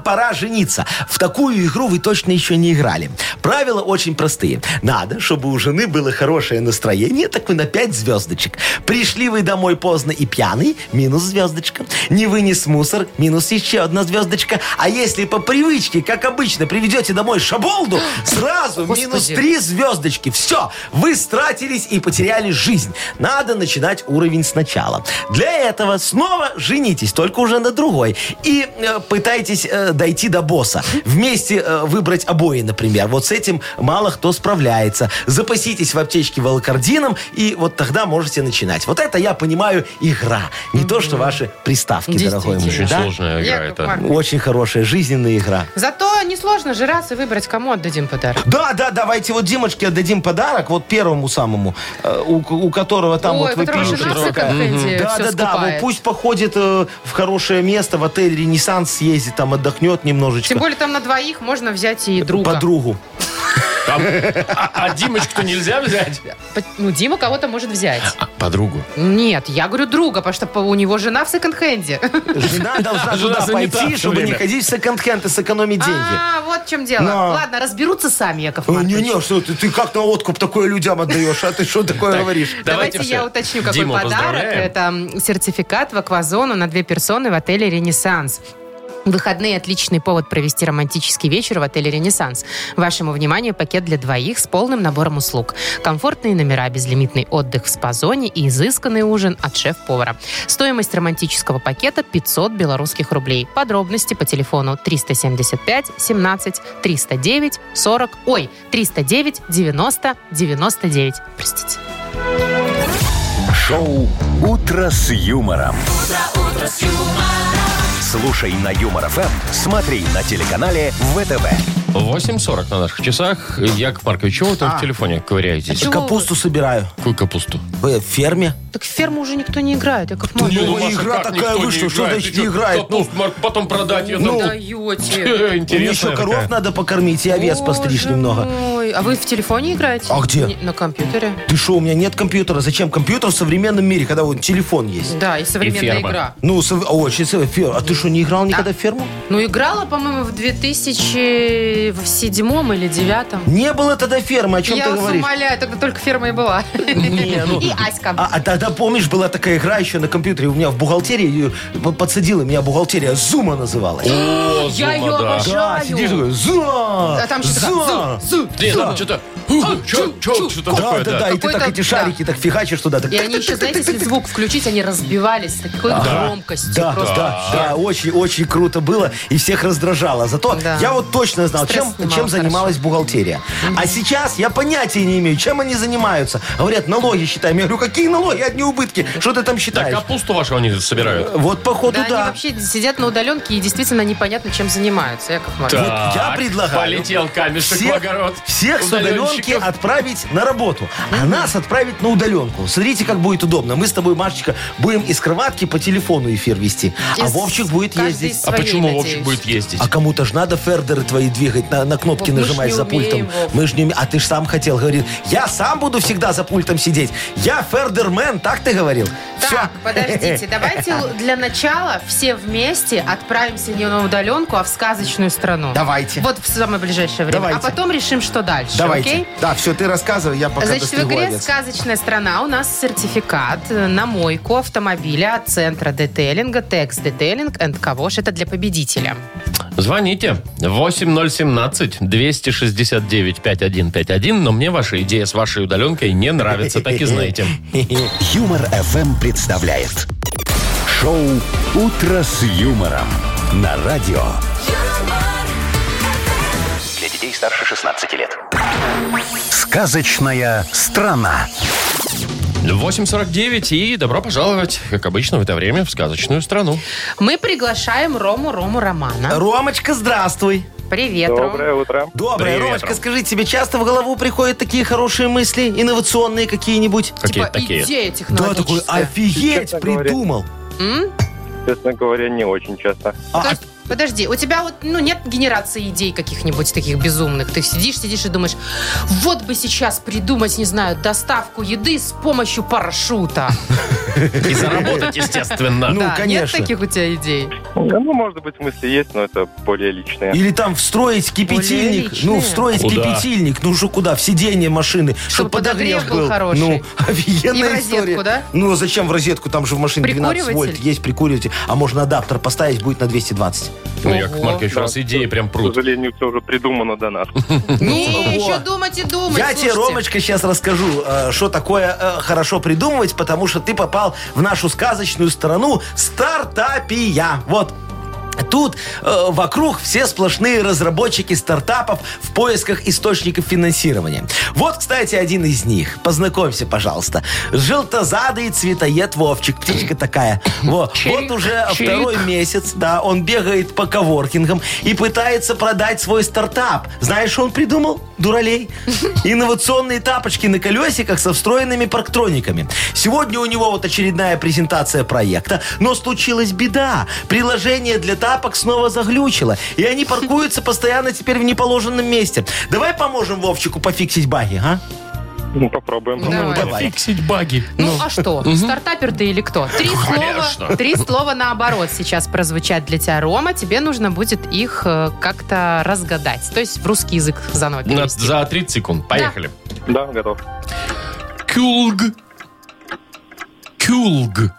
вам пора жениться. В такую игру вы точно еще не играли. Правила очень простые. Надо, чтобы у жены было хорошее настроение, так вы на 5 звездочек. Пришли вы домой поздно и пьяный, минус звездочка. Не вынес мусор, минус еще одна звездочка. А если по привычке, как обычно, приведете домой шаболду, сразу минус 3 звездочки. Все, вы стратились и потеряли жизнь. Надо начинать уровень сначала. Для этого снова женитесь, только уже на другой. И пытайтесь дойти до босса. Вместе выбрать обои, например. Вот с этим мало кто справляется. Запаситесь в аптечке волокордином, и вот тогда можете начинать. Вот это, я понимаю, игра. Не то, что ваши приставки, дорогой мой. Очень Да? сложная игра Яков это. Маркович. Очень хорошая жизненная игра. Зато несложно же раз и выбрать, кому отдадим подарок. Да, давайте вот Димочке отдадим подарок, вот первому самому, у которого там Ой, вот вы которого пишете. жена в секонд-хенде все Да, вот скупает. пусть походит в хорошее место, в отель «Ренессанс» съездит, там отдохнет немножечко. Тем более там на двоих можно взять и друга. Подругу. А Димочку нельзя взять? Ну, Дима кого-то может взять. Подругу. Нет, я говорю друга, потому что у него жена в секонд-хенде. Жена должна Жена туда занята пойти, всё чтобы не время. ходить в секонд-хенд и сэкономить деньги. А, вот в чем дело. Но. Ладно, разберутся сами, Яков Маркович. Не-не, что ты как на откуп такое людям отдаешь, а ты что такое говоришь? Давайте все. я уточню, какой Диму подарок. поздравляем. Это сертификат в аквазону на 2 персоны в отеле «Ренессанс». Выходные – отличный повод провести романтический вечер в отеле «Ренессанс». Вашему вниманию пакет для двоих с полным набором услуг. Комфортные номера, безлимитный отдых в спа-зоне и изысканный ужин от шеф-повара. Стоимость романтического пакета – 500 белорусских рублей. Подробности по телефону 375 17 309 40... Ой, 309 90 99. Простите. Шоу «Утро с юмором». Слушай на Юмор ФМ, смотри на телеканале ВТВ. 8:40 на наших часах. Яков Маркович, чего вы там в телефоне ковыряетесь? чего? Капусту собираю. Какую капусту? В ферме. Так в ферму уже никто не играет, Яков Маркович. Ну, Маша, игра как такая никто вышла, не что играет? значит Ты не чё, играет? Ну, капусту, Марк, потом продать ее. Ну, даете. Мне Интересно. еще коров надо покормить, и овец постричь немного. Ой, а вы в телефоне играете? А где? На компьютере. Ты что, у меня нет компьютера? Зачем компьютер в современном мире, когда вот телефон есть? Да, и современная ферма. игра. Ну, очень ферма. А ты что, не играл никогда в ферму? Ну, играла, по-моему, в 2007 или 2009. Не было тогда фермы, о чем Я ты вас говоришь? умоляю, тогда только ферма и была. Не, ну, И Аська. А тогда, помнишь, была такая игра еще на компьютере, у меня в бухгалтерии, подсадила меня бухгалтерия, Зума называлась. О, Я ее Зума, да. обожаю. Да, сидишь такой, Зума! А там что-то Зума! Нет, там что-то... Что-то такое, Да, и ты так Какой-то, эти шарики так фигачишь туда. Так, И они еще, знаете, если звук включить, они разбивались с такой громкостью. Да, Просто да, очень круто было и всех раздражало. Зато Да. я вот точно знал, Стресс чем снимало занималась бухгалтерия. А сейчас я понятия не имею, чем они занимаются. Говорят, налоги считаем. Я говорю, какие налоги? Одни убытки. Что ты там Да, считаешь? капусту вашу они собирают. Вот походу Да, они да. вообще сидят на удаленке и действительно непонятно, чем занимаются, Яков Маркович. Так, я предлагаю полетел камешек в огород. Всех с удаленки Удаленщиков. отправить на работу, а нас отправить на удаленку. Смотрите, как будет удобно. Мы с тобой, Машечка, будем из кроватки по телефону эфир вести, а Из- Вовчик будет каждый ездить. из А своей, почему Вовчик надеюсь. будет ездить? А кому-то ж надо фердеры твои двигать, на кнопки Вов, мы ж нажимать не за пультом. умеем, Вов. Мы ж не умеем. А ты ж сам хотел, говорит, я сам буду всегда за пультом сидеть. Я фердермен, так ты говорил? Так, подождите, давайте для начала все вместе отправимся не на удаленку, а в сказочную страну. Давайте. Вот в самое ближайшее время. Давайте. А потом решим, что дальше, Давайте. окей? Да, все, ты рассказывай, я пока Значит, в достригу игре овец. «Сказочная страна» у нас сертификат на мойку автомобиля от центра детейлинга «Текс Детейлинг энд Кавош». Это для победителя. Звоните 8017-269-5151, но мне ваша идея с вашей удаленкой не нравится, так и знаете. Юмор ФМ представляет шоу «Утро с юмором» на радио. Для детей старше 16 лет. Сказочная страна. 8:49 и добро пожаловать, как обычно, в это время в сказочную страну. Мы приглашаем Рому Романа. Ромочка, здравствуй. Привет, Ром. Доброе утро. Доброе. Привет, Ромочка, Ром. скажи, тебе часто в голову приходят такие хорошие мысли, инновационные какие-нибудь? Какие Типа такие? идея Да, технологическая. такой, офигеть, Честно говоря. придумал. М? Честно говоря, не очень часто. То есть подожди. У тебя вот, нет генерации идей каких-нибудь таких безумных. Ты сидишь и думаешь, вот бы сейчас придумать, не знаю, доставку еды с помощью парашюта. И заработать, естественно. Ну, Да, конечно. нет таких у тебя идей? Ну, может быть, мысли есть, но это более личные. Или там встроить кипятильник. личные. Ну, встроить Куда? кипятильник. Ну, что куда? В сиденье машины. Чтобы подогрев был хороший. Ну, офигенная И в розетку, история. да? Ну, зачем в розетку? Там же в машине 12 вольт. Прикуриватель? Есть прикуриватель. А можно адаптер поставить, будет на 220. Ну, Яков Ого. Маркович, у вас идеи прям К прут. сожалению, все уже придумано до нас. Не, еще вот. думать и думать. Я тебе, слушайте. Ромочка, сейчас расскажу, что такое хорошо придумывать, потому что ты попал в нашу сказочную страну стартапия. Вот. Тут вокруг все сплошные разработчики стартапов в поисках источников финансирования. Вот, кстати, один из них. Познакомься, пожалуйста. Желтозадый цветоед Вовчик. Птичка такая. Вот уже второй месяц, да, он бегает по коворкингам и пытается продать свой стартап. Знаешь, что он придумал? Дуралей. Инновационные тапочки на колесиках со встроенными парктрониками. Сегодня у него вот очередная презентация проекта, но случилась беда. Приложение для тапок снова заглючило, и они паркуются постоянно теперь в неположенном месте. Давай поможем Вовчику пофиксить баги, а? Ну, попробуем. Давай. Фиксить баги. Ну, а что? Стартапер ты или кто? Конечно. Три слова наоборот сейчас прозвучат для тебя, Рома. Тебе нужно будет их как-то разгадать. То есть в русский язык заново перевести. За 30 секунд. Поехали. Да, готов. Кюлг. Кюлг.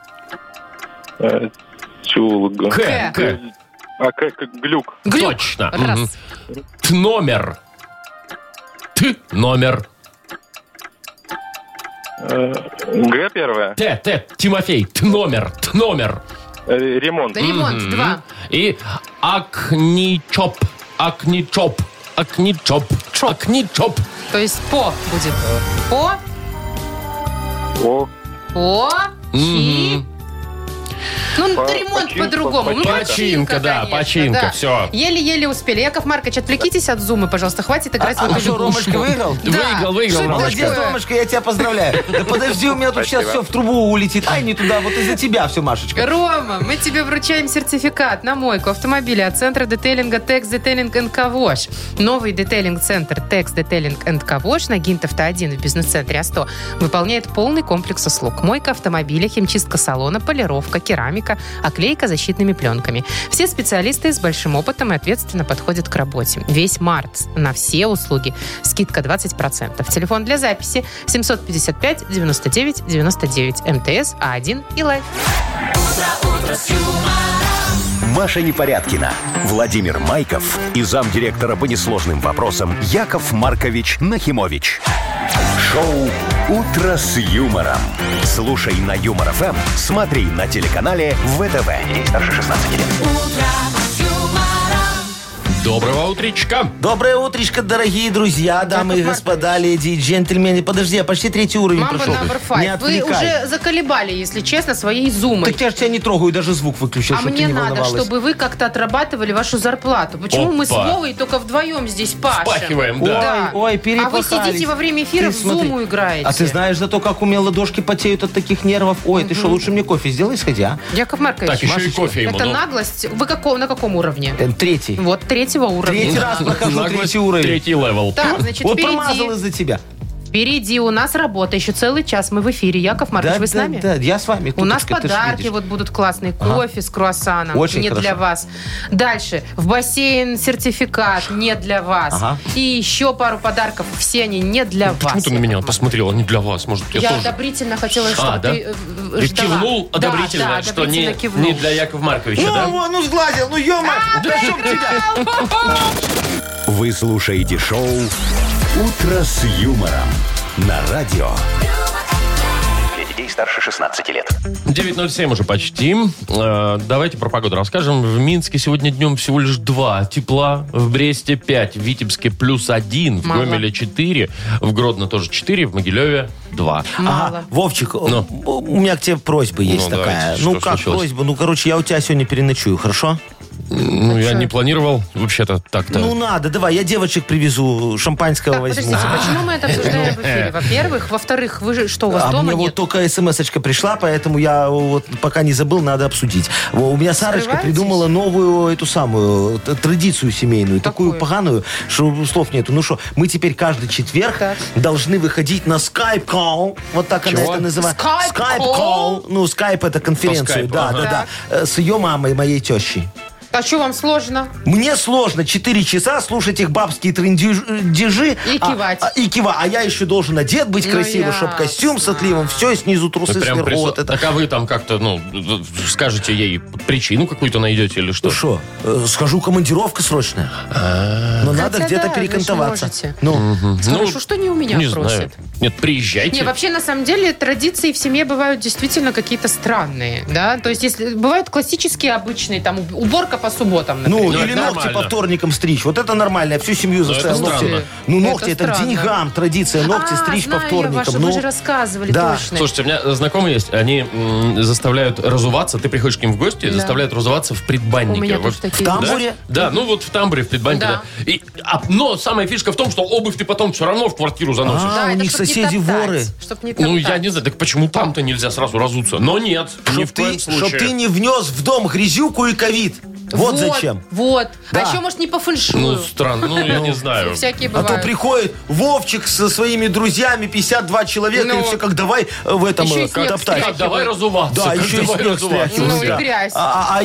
Чулг. К. А как глюк? Глюк. Точно. Раз. Мгм. Тномер. Номер. Г первое. Т. Тимофей. Тномер. Ремонт. Ремонт. Два. И акничоп. Акничоп. Чоп. Акничоп. То есть по будет. По. О, Чи. Ну, ремонт починка, по-другому. Ну, починка, да, конечно, починка, да. всё. Еле-еле успели. Яков Маркович, отвлекитесь от зума, пожалуйста. Хватит играть в эту Что, лягушку. Ромочка выиграл? Да. Выиграл, Что это Ромочка. Молодец, такое? Ромочка, я тебя поздравляю. Да подожди, у меня тут сейчас все в трубу улетит. Ай, не туда, вот из-за тебя все, Машечка. Рома, мы тебе вручаем сертификат на мойку автомобиля от центра детейлинга Текс Детейлинг & Ковош. Новый детейлинг-центр Текс Детейлинг & Ковош на Гинтовта 1 в бизнес-центре А100 выполняет полный комплекс услуг. Мойка автомобиля, химчистка салона, полировка, керамика, оклейка защитными пленками. Все специалисты с большим опытом и ответственно подходят к работе. Весь март на все услуги. Скидка 20%. Телефон для записи 755 99 99 МТС А1 и Лайф. Маша Непорядкина, Владимир Майков и замдиректора по несложным вопросам Яков Маркович Нахимович. Шоу «Утро с юмором». Слушай на Юмор ФМ, смотри на телеканале ВТВ. Ей старше 16 лет. Доброго утречка. Доброе утречко, дорогие друзья, дамы и Яков господа, леди и джентльмены. Подожди, я почти 3-й уровень Мамба прошел. number Не 5. Вы отвлекай. уже заколебали, если честно, своей зумой. Так я же тебя не трогаю, даже звук выключил, А чтобы ты мне не надо, волновалась. чтобы вы как-то отрабатывали вашу зарплату. Почему мы с Опа. Вовой только вдвоем здесь пашем? Впахиваем, Ой, да. ой, А вы перепахались. сидите во время эфира Ты в смотри. зуму играете. А ты знаешь зато, как у меня ладошки потеют от таких нервов? Ой, ты что, лучше мне кофе сделай, сходи, а? Яков Маркович, Так, еще и Машечка, кофе ему. это ну. наглость. Вы на каком уровне? 3-й. Вот третьего уровня. Третий раз прохожу Наглость, 3-й уровень. Третий левел. Так, значит, Вот промазал из-за тебя. впереди у нас работа. Еще целый час мы в эфире. Яков Маркович, вы с нами? Да, я с вами. У нас Туточка, ты ж подарки видишь. вот будут классные. Кофе с круассаном. Очень не хорошо. для вас. Дальше. В бассейн сертификат. Не для вас. Ага. И еще пару подарков. Все они не для вас. Почему ты на меня Яков посмотрела? Не для вас. Может, я Я тоже... одобрительно хотела, чтобы да? ты Ты ждала. кивнул одобрительно, Да, что не, одобрительно кивнул. не для Якова Марковича, Ну, да? ну сглазил, ну ё-моё, да чтоб тебя. Вы слушаете шоу «Утро с юмором» на радио. Для детей старше 16 лет. 9:07 уже почти. Давайте про погоду расскажем. В Минске сегодня днем всего лишь 2 тепла, в Бресте 5, в Витебске +1, в Мало. Гомеле 4, в Гродно тоже 4, в Могилеве 2. Мало. Ага, Вовчик, Ну. у меня к тебе просьба есть Ну, такая. давайте, Ну, что как случилось? просьба? Ну, короче, я у тебя сегодня переночую, хорошо? Ну, я не планировал вообще-то так-то. Ну, надо, давай, я девочек привезу, шампанского Так, возьму. подождите, почему мы это обсуждаем в эфире? Во-первых. Во-вторых, вы же что, у вас А дома мне нет? вот только смс-очка пришла, поэтому я вот пока не забыл, надо обсудить. У меня Сарочка Скрываетесь? придумала новую эту самую традицию семейную, такую Какую? поганую, что слов нету. Ну что, мы теперь каждый четверг Так. должны выходить на Skype-call. Вот так она Чего? это называет. Skype-call? Skype-call. Ну, Skype это конференцию. По Skype, Да, ага. да, да. С ее мамой, моей тещей. А что вам сложно? Мне сложно 4 часа слушать их бабские трындежи. И кивать. А я еще должен одет быть Ну, красиво, чтобы костюм с отливом, все, снизу трусы Прям сверху. Вот это. Так а вы там как-то, скажете ей причину какую-то найдете или что? Ну что, скажу, командировка срочная. Но надо Хотя где-то да, вы же перекантоваться. можете. Ну, Хорошо, что не у меня не просят. знаю. Нет, приезжайте. Не, вообще, на самом деле, традиции в семье бывают действительно какие-то странные, да? То есть, если бывают классические, обычные, там, уборка по субботам, например. ну, Ну, или это ногти нормально. по вторникам стричь. Вот это нормально. Я всю семью заставил это ногти. странно. Ну, Это ногти это к странно. деньгам. Традиция. Ногти стричь по знаю я вторникам. ваши, Ну, вы же рассказывали, да. точно. Слушайте, у меня знакомые есть, они заставляют разуваться, ты приходишь к ним в гости, заставляют разуваться в предбаннике. У меня Вот тоже такие в есть. тамбуре? Да, ну вот в тамбуре, в предбаннике, Да. да. Но самая фишка в том, что обувь ты потом все равно в квартиру заносишь. А, у это них чтоб не соседи топтать, воры. Чтоб не Ну, я топтать. не знаю, так почему там-то нельзя сразу разуться? Но нет, ни в коем Чтоб случае. ты не внес в дом грязюку и ковид. Вот зачем. Вот. Да. А еще, может, не по фэншую. Ну, странно, ну, я не знаю. Всякие А бывают. то приходит Вовчик со своими друзьями, 52 человека, Ну. и все как давай в этом Еще и снег топтать. Как, давай разуваться. Да, как еще и давай снег разуваться. стряхивать. Ну, и да. грязь.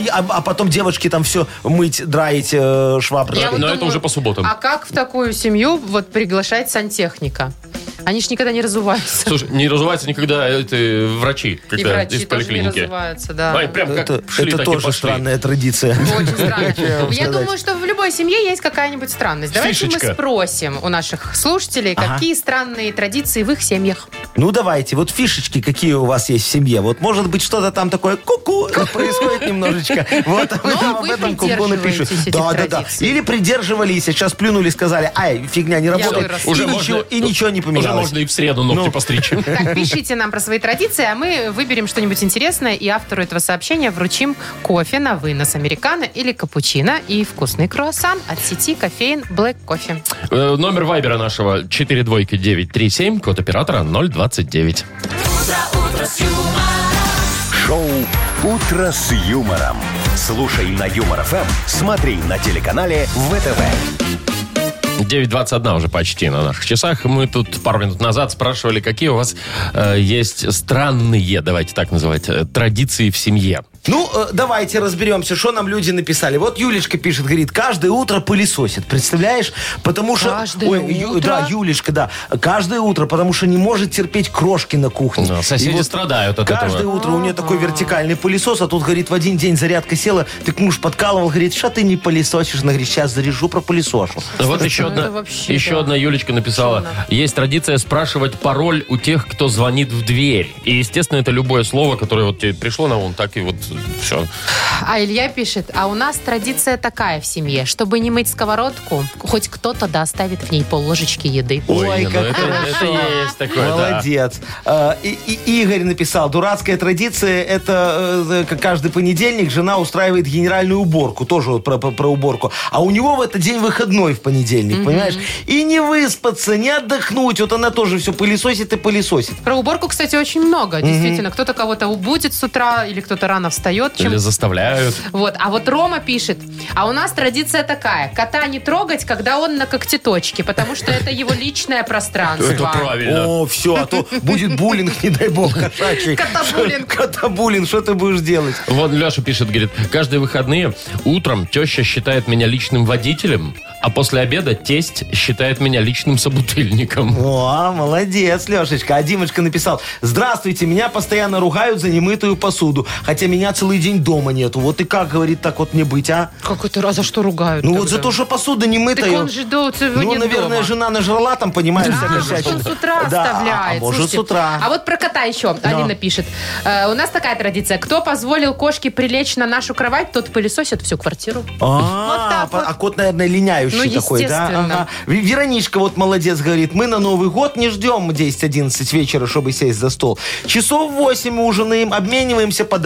А потом девочки там все мыть, драить шваброй. Я вот Но это уже по субботам. А как в такую семью вот приглашать сантехника? Они ж никогда не разуваются. Слушай, не разуваются никогда врачи, И когда врачи из тоже не поликлиники. разуваются, да. Ай, прям как Это шли, так и тоже пошли. странная традиция. Очень странно. вам Я сказать? думаю, что в любой семье есть какая-нибудь странность. Давайте Фишечка. мы спросим у наших слушателей, какие странные традиции в их семьях. Ну, давайте, вот фишечки, какие у вас есть в семье. Вот, может быть, что-то там такое ку-ку происходит немножечко. Вот, об вы этом ку-ку напишут. придерживаетесь этих Да. традиций. Или придерживались, а сейчас плюнули, сказали, ай, фигня не работает. выросла. Уже И можно- ничего не Уже поменялось. можно и в среду ногти постричь. Так, пишите нам про свои традиции, а мы выберем что-нибудь интересное, и автору этого сообщения вручим кофе на вынос, американо или капучино и вкусный круассан от сети кофеин Black Coffee. Номер вайбера нашего 42937, код оператора 029. Шоу «Утро с юмором». Слушай на Юмор ФМ, смотри на телеканале ВТВ. 9:21 уже почти на наших часах. Мы тут пару минут назад спрашивали, какие у вас есть странные, давайте так называть, традиции в семье. Ну, давайте разберемся, что нам люди написали. Вот Юлечка пишет, говорит, каждое утро пылесосит. Представляешь? Потому что... Каждое утро? Да, Юлечка, да. Каждое утро, потому что не может терпеть крошки на кухне. Да, соседи И вот страдают от каждое этого. утро у нее такой вертикальный пылесос, а тут, говорит, в один день зарядка села, так муж подкалывал, говорит, что ты не пылесосишь? Она говорит, сейчас заряжу, пропылесошу. Вот еще это одна, вообще, еще да. одна Юлечка написала. Есть традиция спрашивать пароль у тех, кто звонит в дверь. И, естественно, это любое слово, которое вот тебе пришло на ум, так и вот все. А Илья пишет, а у нас традиция такая в семье, чтобы не мыть сковородку, хоть кто-то да оставит в ней пол-ложечки еды. Ой, ну как это есть такое, да. Молодец. И Игорь написал, дурацкая традиция, это как каждый понедельник жена устраивает генеральную уборку, тоже вот про уборку. А у него в этот день выходной в понедельник, понимаешь? И не выспаться, не отдохнуть. Вот она тоже все пылесосит и пылесосит. Про уборку, кстати, очень много. Действительно, кто-то кого-то убудет с утра, или кто-то рано встает. Или заставляют. Вот. А вот Рома пишет, а у нас традиция такая, кота не трогать, когда он на когтеточке, потому что это его личное пространство. Это правильно. О, все, а то будет буллинг, не дай бог, кошачий. Котобуллинг. Котобуллинг, что ты будешь делать? Вот Леша пишет, говорит, каждые выходные утром теща считает меня личным водителем, а после обеда тесть считает меня личным собутыльником. О, молодец, Лешечка. А Димочка написал, здравствуйте, меня постоянно ругают за немытую посуду, хотя меня целый день дома нету. Вот и как, говорит, так вот мне быть, а? Как это, а за что ругают? Ну тогда? вот за то, что посуда не мытая. Так он же до его Ну, нет наверное, дома. жена нажрала там, понимаешь, А, всякой может, он всячины. с утра Да, оставляет. а может, Слушайте, с утра. А вот про кота еще. Алина пишет. У нас такая традиция. Кто позволил кошке прилечь на нашу кровать, тот пылесосит всю квартиру. Вот так вот. А кот, наверное, линяющий Ну, такой, да? естественно. Вероничка вот молодец, говорит, мы на Новый год не ждем 10-11 вечера, чтобы сесть за стол. Часов 8 ужинаем, обмениваемся подарками.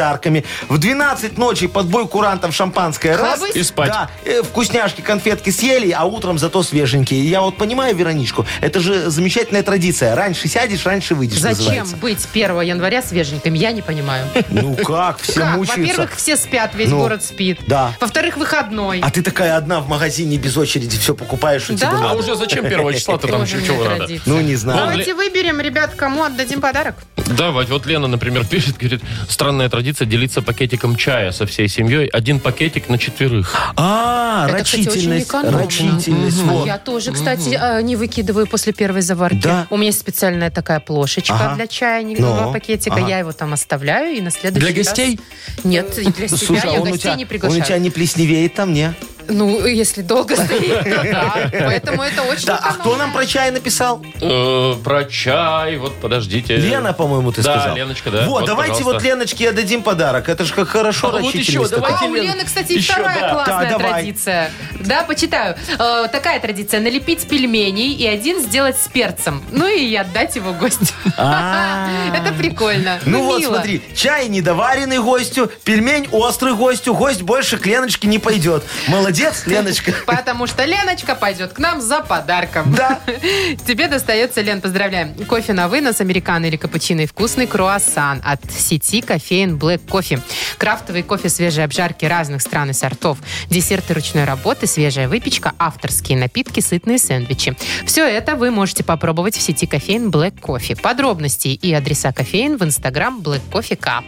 В 12 ночи под бой курантов шампанское раз. Хлобысь? И спать. Да, вкусняшки, конфетки съели, а утром зато свеженькие. Я вот понимаю Вероничку, это же замечательная традиция. Раньше сядешь, раньше выйдешь, Зачем называется. быть 1 января свеженьким? Я не понимаю. Ну как, все Как? мучаются. Во-первых, все спят, весь Ну, город спит. да. Во-вторых, выходной. А ты такая одна в магазине без очереди все покупаешь, что Да. тебе А надо. уже зачем 1 числа-то там Тоже чего мне надо? традиция. Ну, не знаю. Давайте выберем, ребят, кому отдадим подарок. Давайте, вот Лена, например, пишет, говорит, странная традиция делиться пакетиком чая со всей семьей. 1 пакетик на 4. А, Это, кстати, очень рачительность. экономно. Рачительность, вот. Я тоже, кстати, не выкидываю после первой заварки. Да. У меня есть специальная такая плошечка Ага. для чая, Ну, два пакетика. ага. Я его там оставляю и на следующий Для раз- гостей? Нет, и для себя. Слушай, а Я он у гостей тебя, не он у приглашаю. тебя не плесневеет там, не? Ну, если долго стоит, то да. Поэтому это очень Да, а кто экономно. нам про чай написал? Про чай, вот подождите. Лена, по-моему, ты Да, сказал. Леночка, да. Вот, Вот, давайте пожалуйста. вот Леночке отдадим подарок. Это же как хорошо, А вот рачительность еще, такая. давайте. А у Лен, Лены, кстати, еще, вторая да. классная Да, давай. традиция. Да, почитаю. Такая традиция. Налепить пельменей и один сделать с перцем. Ну и отдать его гостю. А. Это прикольно. Ну вот, мило. смотри, чай недоваренный гостю, пельмень острый гостю, гость больше к Леночке не пойдет. Молодец, Леночка. Потому что Леночка пойдет к нам за подарком. Да. Тебе достается, Лен, поздравляем. Кофе на вынос, американо или капучино и вкусный круассан от сети кофеин Black Coffee. Крафтовый кофе свежей обжарки разных стран и сортов. Десерты ручной работы, свежая выпечка, авторские напитки, сытные сэндвичи. Все это вы можете попробовать в сети кофеин Black Coffee. Подробности и адреса кофеин в Instagram Black Coffee Cup.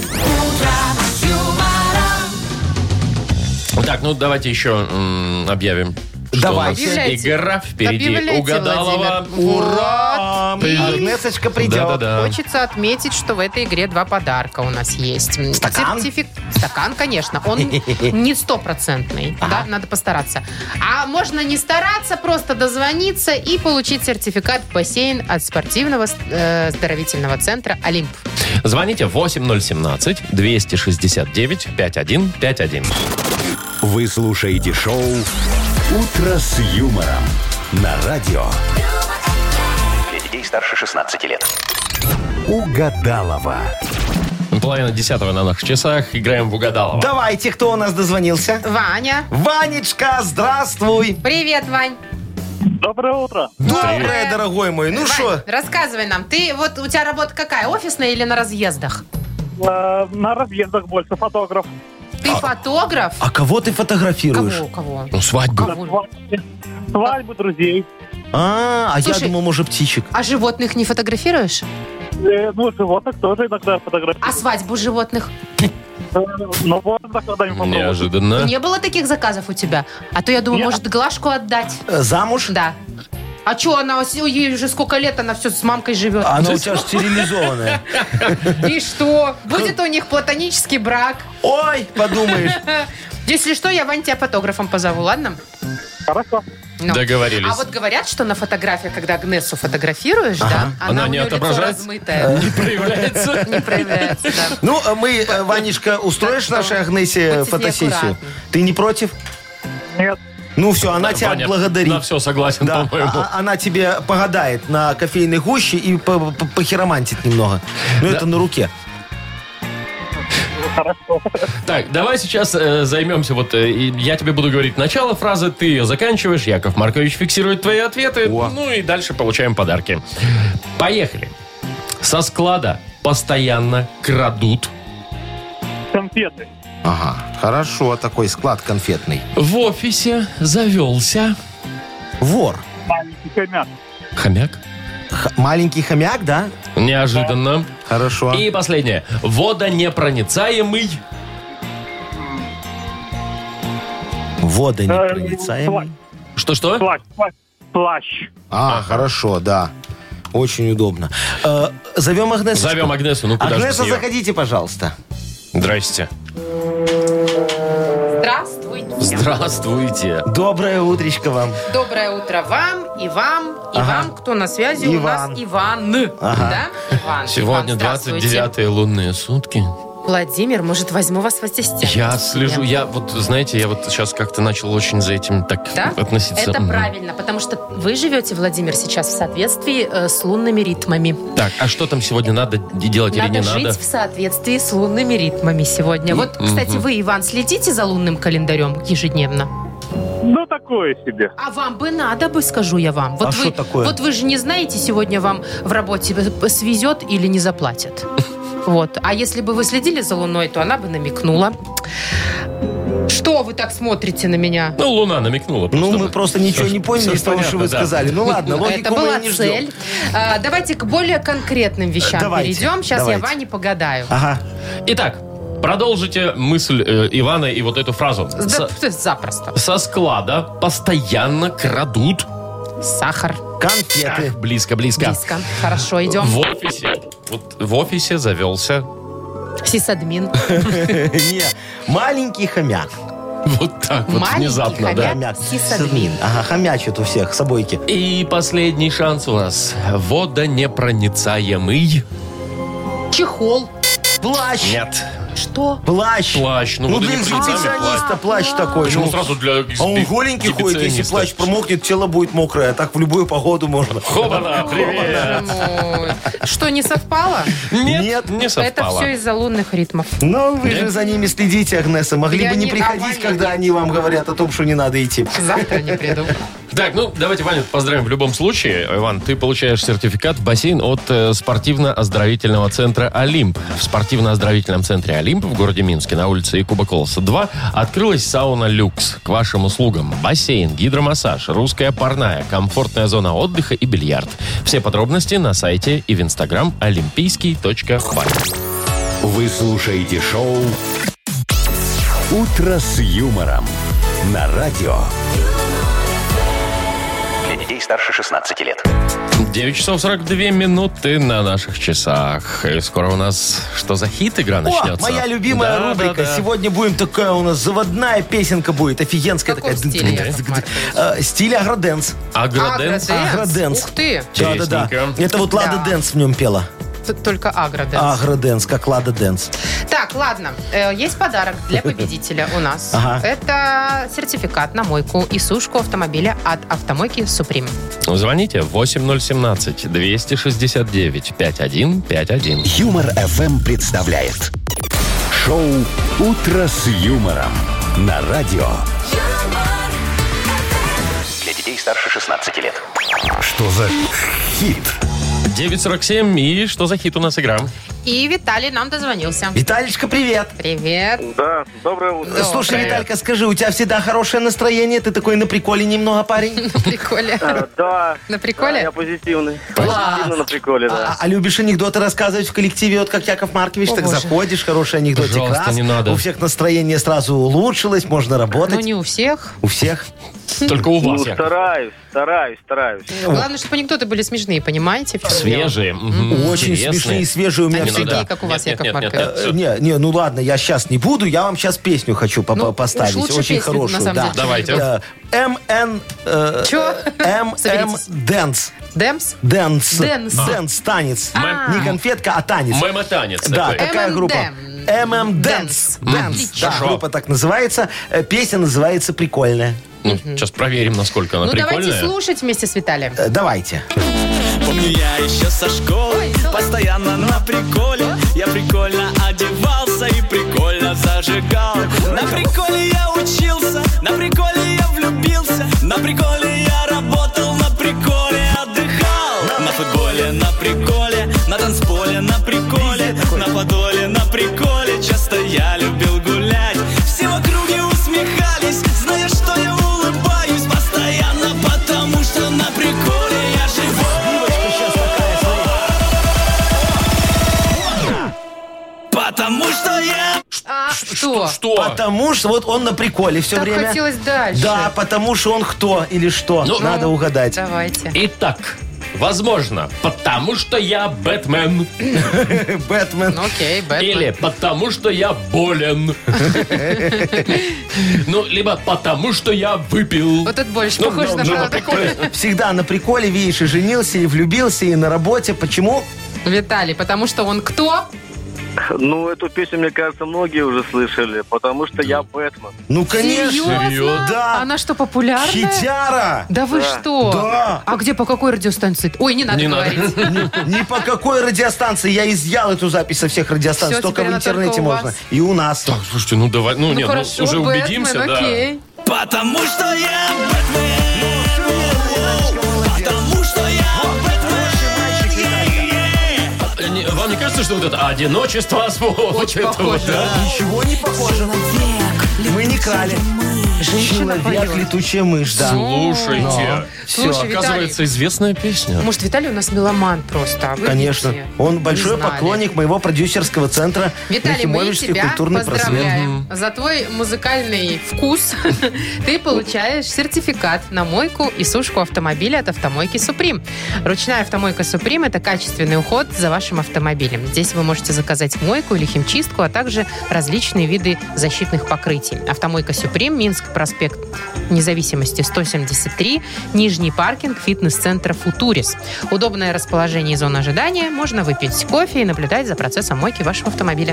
Так, ну давайте еще объявим. Что Давайте. у нас Объявляйте. игра впереди. Объявляйте, Угадалова. Владимир. Ура! Придет. Агнесочка придет. Да-да-да. Хочется отметить, что в этой игре 2 подарка у нас есть. Стакан? Стакан, конечно. Он не стопроцентный. Да, надо постараться. А можно не стараться, просто дозвониться и получить сертификат в бассейн от спортивного оздоровительного центра «Олимп». Звоните 8017-269-5151. Вы слушаете шоу «Утро с юмором» на радио. Для детей старше 16 лет. Угадалова. 9:30 на наших часах. Играем в Угадалова. Давайте, кто у нас дозвонился? Ваня. Ванечка, здравствуй. Привет, Вань. Доброе утро. Доброе, дорогой мой. Ну Вань, что? рассказывай нам. Ты вот у тебя работа какая? Офисная или на разъездах? На разъездах больше фотограф. Ты фотограф? А кого ты фотографируешь? Кого? Ну, свадьбу. Кого? Свадьбы друзей. А я Слушай, думал, может, птичек. А животных не фотографируешь? Ну, животных тоже иногда фотографирую. А свадьбу животных? Но можно когда-нибудь попробовать. Неожиданно. Не было таких заказов у тебя? А то я думаю, Нет. может, Глашку отдать? Замуж? Да. А что, она, ей уже сколько лет, она все с мамкой живет. Она у тебя же стерилизованная. И что? Будет у них платонический брак. Ой, подумаешь. Если что, я, Вань, тебя фотографом позову, ладно? Хорошо. Ну. Договорились. А вот говорят, что на фотографиях, когда Агнесу фотографируешь, да, Она у не неё лицо отображается? размытое. Не проявляется. Не проявляется, да. Ну, мы, Ванечка, устроишь Так что нашей Агнесе будьте с ней фотосессию? аккуратны. Ты не против? Нет. Ну все, она тебя Ваня благодарит. на все согласен, Да, по-моему. она тебе погадает на кофейной гуще и похиромантит немного. Ну, это на руке. Хорошо. Так, давай сейчас займемся. Вот я тебе буду говорить начало фразы, ты ее заканчиваешь, Яков Маркович фиксирует твои ответы. О. Ну и дальше получаем подарки. Поехали. Со склада постоянно крадут. Конфеты. Ага, хорошо, такой склад конфетный. В офисе завелся Вор. Маленький хомяк. хомяк. Маленький хомяк, да? Неожиданно. Хорошо. И последнее. Водонепроницаемый. Водонепроницаемый. Что-что? Плащ. Хорошо, да. Очень удобно. Зовем Агнесу. Зовем Агнесу, ну куда же без Агнеса, нее? заходите, пожалуйста. Здрасте. Здравствуйте. Здравствуйте. Доброе утречко вам. Доброе утро вам, и вам, и Ага. вам, кто на связи. Иван. У нас Иван. Ага. Да? Иван. Сегодня Иван, здравствуйте. 29-е лунные сутки. Владимир, может, возьму вас в ассистент? Я слежу, я вот, знаете, я вот сейчас как-то начал очень за этим так Да? относиться. Это правильно, потому что вы живете, Владимир, сейчас в соответствии с лунными ритмами. Так, а что там сегодня надо делать или не Надо надо? жить в соответствии с лунными ритмами сегодня. Вот, кстати, вы, Иван, следите за лунным календарем ежедневно? Ну, такое себе. А вам бы надо бы, скажу я вам. Вот А вы, что такое? Вот вы же не знаете, сегодня вам в работе свезет или не заплатят. Вот. А если бы вы следили за Луной, то она бы намекнула. Что вы так смотрите на меня? Ну, Луна намекнула. Ну, мы просто ничего не поняли всё из того, что понятно, вы да. сказали. Ну ладно, Это логику была мы не ждем. цель. Давайте к более конкретным вещам Давайте, перейдем. Сейчас давайте. я Ване погадаю. Ага. Итак, продолжите мысль Ивана и вот эту фразу. Запросто. Со склада постоянно крадут. Сахар. Конфеты. Близко. Близко. Хорошо, идем. В офисе. Вот в офисе завелся. Сисадмин. Не, маленький хомяк. Вот так вот Маленький внезапно, да. хомяк. Сисадмин. Ага, хомячит у всех, собойки. И последний шанс у нас. Водонепроницаемый. Чехол. Плащ. Нет. Что? Плащ. Плащ. Ну, Ну, для водонепроницаемый экспедициониста плащ такой. Почему Ну, сразу для А он голенький ходит, если экспедициониста? плащ промокнет, тело будет мокрое. А так в любую погоду можно. Хобана, привет. Ой. Что, не совпало? Нет, не Это совпало. все из-за лунных ритмов. Но вы же за ними следите, Агнеса. Могли Я бы не не- приходить, Ваня когда нет. они вам говорят о том, что не надо идти. Завтра не приду. Так, ну, давайте, Ваня, поздравим в любом случае. Иван, ты получаешь сертификат в бассейн от спортивно-оздоровительного центра «Олимп». В спортивно-оздоровительном центре «Олимп» в городе Минске на улице Якуба Колоса 2 открылась сауна «Люкс». К вашим услугам бассейн, гидромассаж, русская парная, комфортная зона отдыха и бильярд. Все подробности на сайте и в инстаграм олимпийский.бай. Вы слушаете шоу «Утро с юмором» на радио. Для детей старше 16 лет. 9 часов 42 минуты на наших часах. И скоро у нас что за хит игра О, начнется? моя любимая Да, рубрика. да, да. Сегодня будем такая у нас заводная песенка будет. Офигенская В каком такая. стиле, Яков Маркович? Стиль агроденс. Агроденс. Агроденс. Ух ты. Да-да-да. Интересненько. Это вот Лада Да. Дэнс в нем пела. Только агроденс. Агроденс, как Лада Дэнс. Так, ладно. Есть подарок для победителя у нас. Ага. Это сертификат на мойку и сушку автомобиля от автомойки «Суприм». Звоните 8017-269-5151. Юмор FM представляет шоу «Утро с юмором» на радио. Для детей старше 16 лет. Что за хит? 947. И что за хит у нас игра? И Виталий нам дозвонился. Виталичка, привет. Привет. Да, доброе утро. Доброе. Слушай, Виталька, скажи, у тебя всегда хорошее настроение? Ты такой на приколе немного парень? На приколе. Да. На приколе? Да, я позитивный. Класс. Позитивно на приколе, да. А любишь анекдоты рассказывать в коллективе, вот как Яков Маркович? О, Так Боже. заходишь, хороший анекдотик Пожалуйста, раз. не надо. У всех настроение сразу улучшилось, можно работать. Ну, не у всех. У всех. Только у Ну, вас, Яков. стараюсь. Главное, чтобы анекдоты были смешные, понимаете? в чем дело? Свежие. Очень интересные. смешные и свежие у меня А не всегда. такие, как у вас, Нет, Яков нет, нет, Маркович. нет. Не, ну ладно, я сейчас не буду, я вам сейчас песню хочу Ну, поставить. уж лучше Очень песню, хорошую. на самом да. деле, чем Давайте. анекдот. Чё? Соберитесь. Дэнс. Дэмс? Дэнс. Дэнс. Дэнс, танец. А. Не конфетка, а танец. Мемо-танец Да, такой. такая группа. M&M. Дэнс. Dance. Дэнс. Отлично. Да, Хорошо. группа так называется. Песня называется «Прикольная». Ну, сейчас проверим, насколько она Ну, давайте прикольная. слушать вместе с Виталием. Давайте. Помню я еще со школы, постоянно на приколе. Я прикольно одевался и прикольно зажигал. На приколе я учился, на приколе я влюбился. На приколе я работал, на приколе отдыхал. На футболе, на приколе, на танцполе, на приколе. На подоле, на приколе, часто я любил гулять. Все в округе усмехались, зная, что я улыбаюсь постоянно, потому что на приколе я живу. Потому что я... Что? Что? Потому что вот он на приколе все Так время. хотелось дальше. Да, потому что он кто или что. Ну, Надо угадать. Давайте. Итак, возможно, потому что я Бэтмен. Бэтмен. Ну, окей, Бэтмен. Или потому что я болен. Ну, либо потому что я выпил. Вот это больше Ну, похоже на ну, правду. Всегда на приколе, видишь, и женился, и влюбился, и на работе. Почему? Виталий, потому что он кто? Ну, эту песню, мне кажется, многие уже слышали, потому что я Бэтмен. Ну, конечно. Серьезно? Да. Она что, популярная? Хитяра. Да вы что? Да. А где, по какой радиостанции? Ой, не надо Не надо. говорить. Ни по какой радиостанции. Я изъял эту запись со всех радиостанций. Всё, Только теперь в она интернете только у можно. вас. И у нас. Так, слушайте, ну давай, ну нет, Хорошо, ну, уже Бэтмен, убедимся, да. окей. Потому что я Бэтмен. Потому что я Бэтмен. Вам не кажется, что вот это одиночество вот Очень это похоже, вот, да? Ничего не похоже. Мы не крали. Женщина Человек, поет. летучая мышь, да. Слушайте, Слушай, Виталий, оказывается, известная песня. может, Виталий у нас меломан просто, а вы Конечно. видите, Он не большой знали. поклонник моего продюсерского центра Виталий, мы Нахимовичский тебя культурный просвет. поздравляем за твой музыкальный вкус. Ты получаешь сертификат на мойку и сушку автомобиля от автомойки «Суприм». Ручная автомойка «Суприм» — это качественный уход за вашим автомобилем. Здесь вы можете заказать мойку или химчистку, а также различные виды защитных покрытий. Автомойка «Суприм», Минск, проспект Независимости 173, Нижний паркинг фитнес-центра «Футурис». Удобное расположение и зона ожидания. Можно выпить кофе и наблюдать за процессом мойки вашего автомобиля.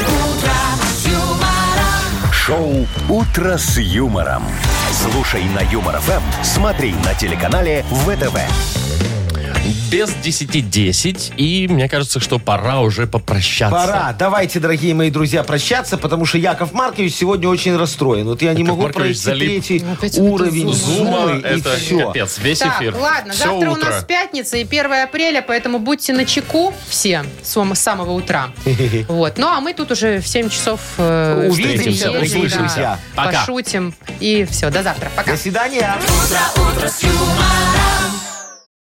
Шоу «Утро с юмором». Слушай на Юмор ФМ, смотри на телеканале ВТВ. Без 10:10, и мне кажется, что пора уже попрощаться. Пора. Давайте, дорогие мои друзья, прощаться, потому что Яков Маркович сегодня очень расстроен. Вот я не Яков могу Маркович пройти залип. третий Опять уровень это Зума, зумы, и это все. капец, весь Так, эфир. ладно, Все завтра у утро. нас пятница и 1 апреля, поэтому будьте начеку все с самого утра. Вот. Ну, а мы тут уже в 7 часов Увидимся, приедем, услышимся. Пока. пошутим. И все, до завтра. Пока. До свидания. Утро с юмором.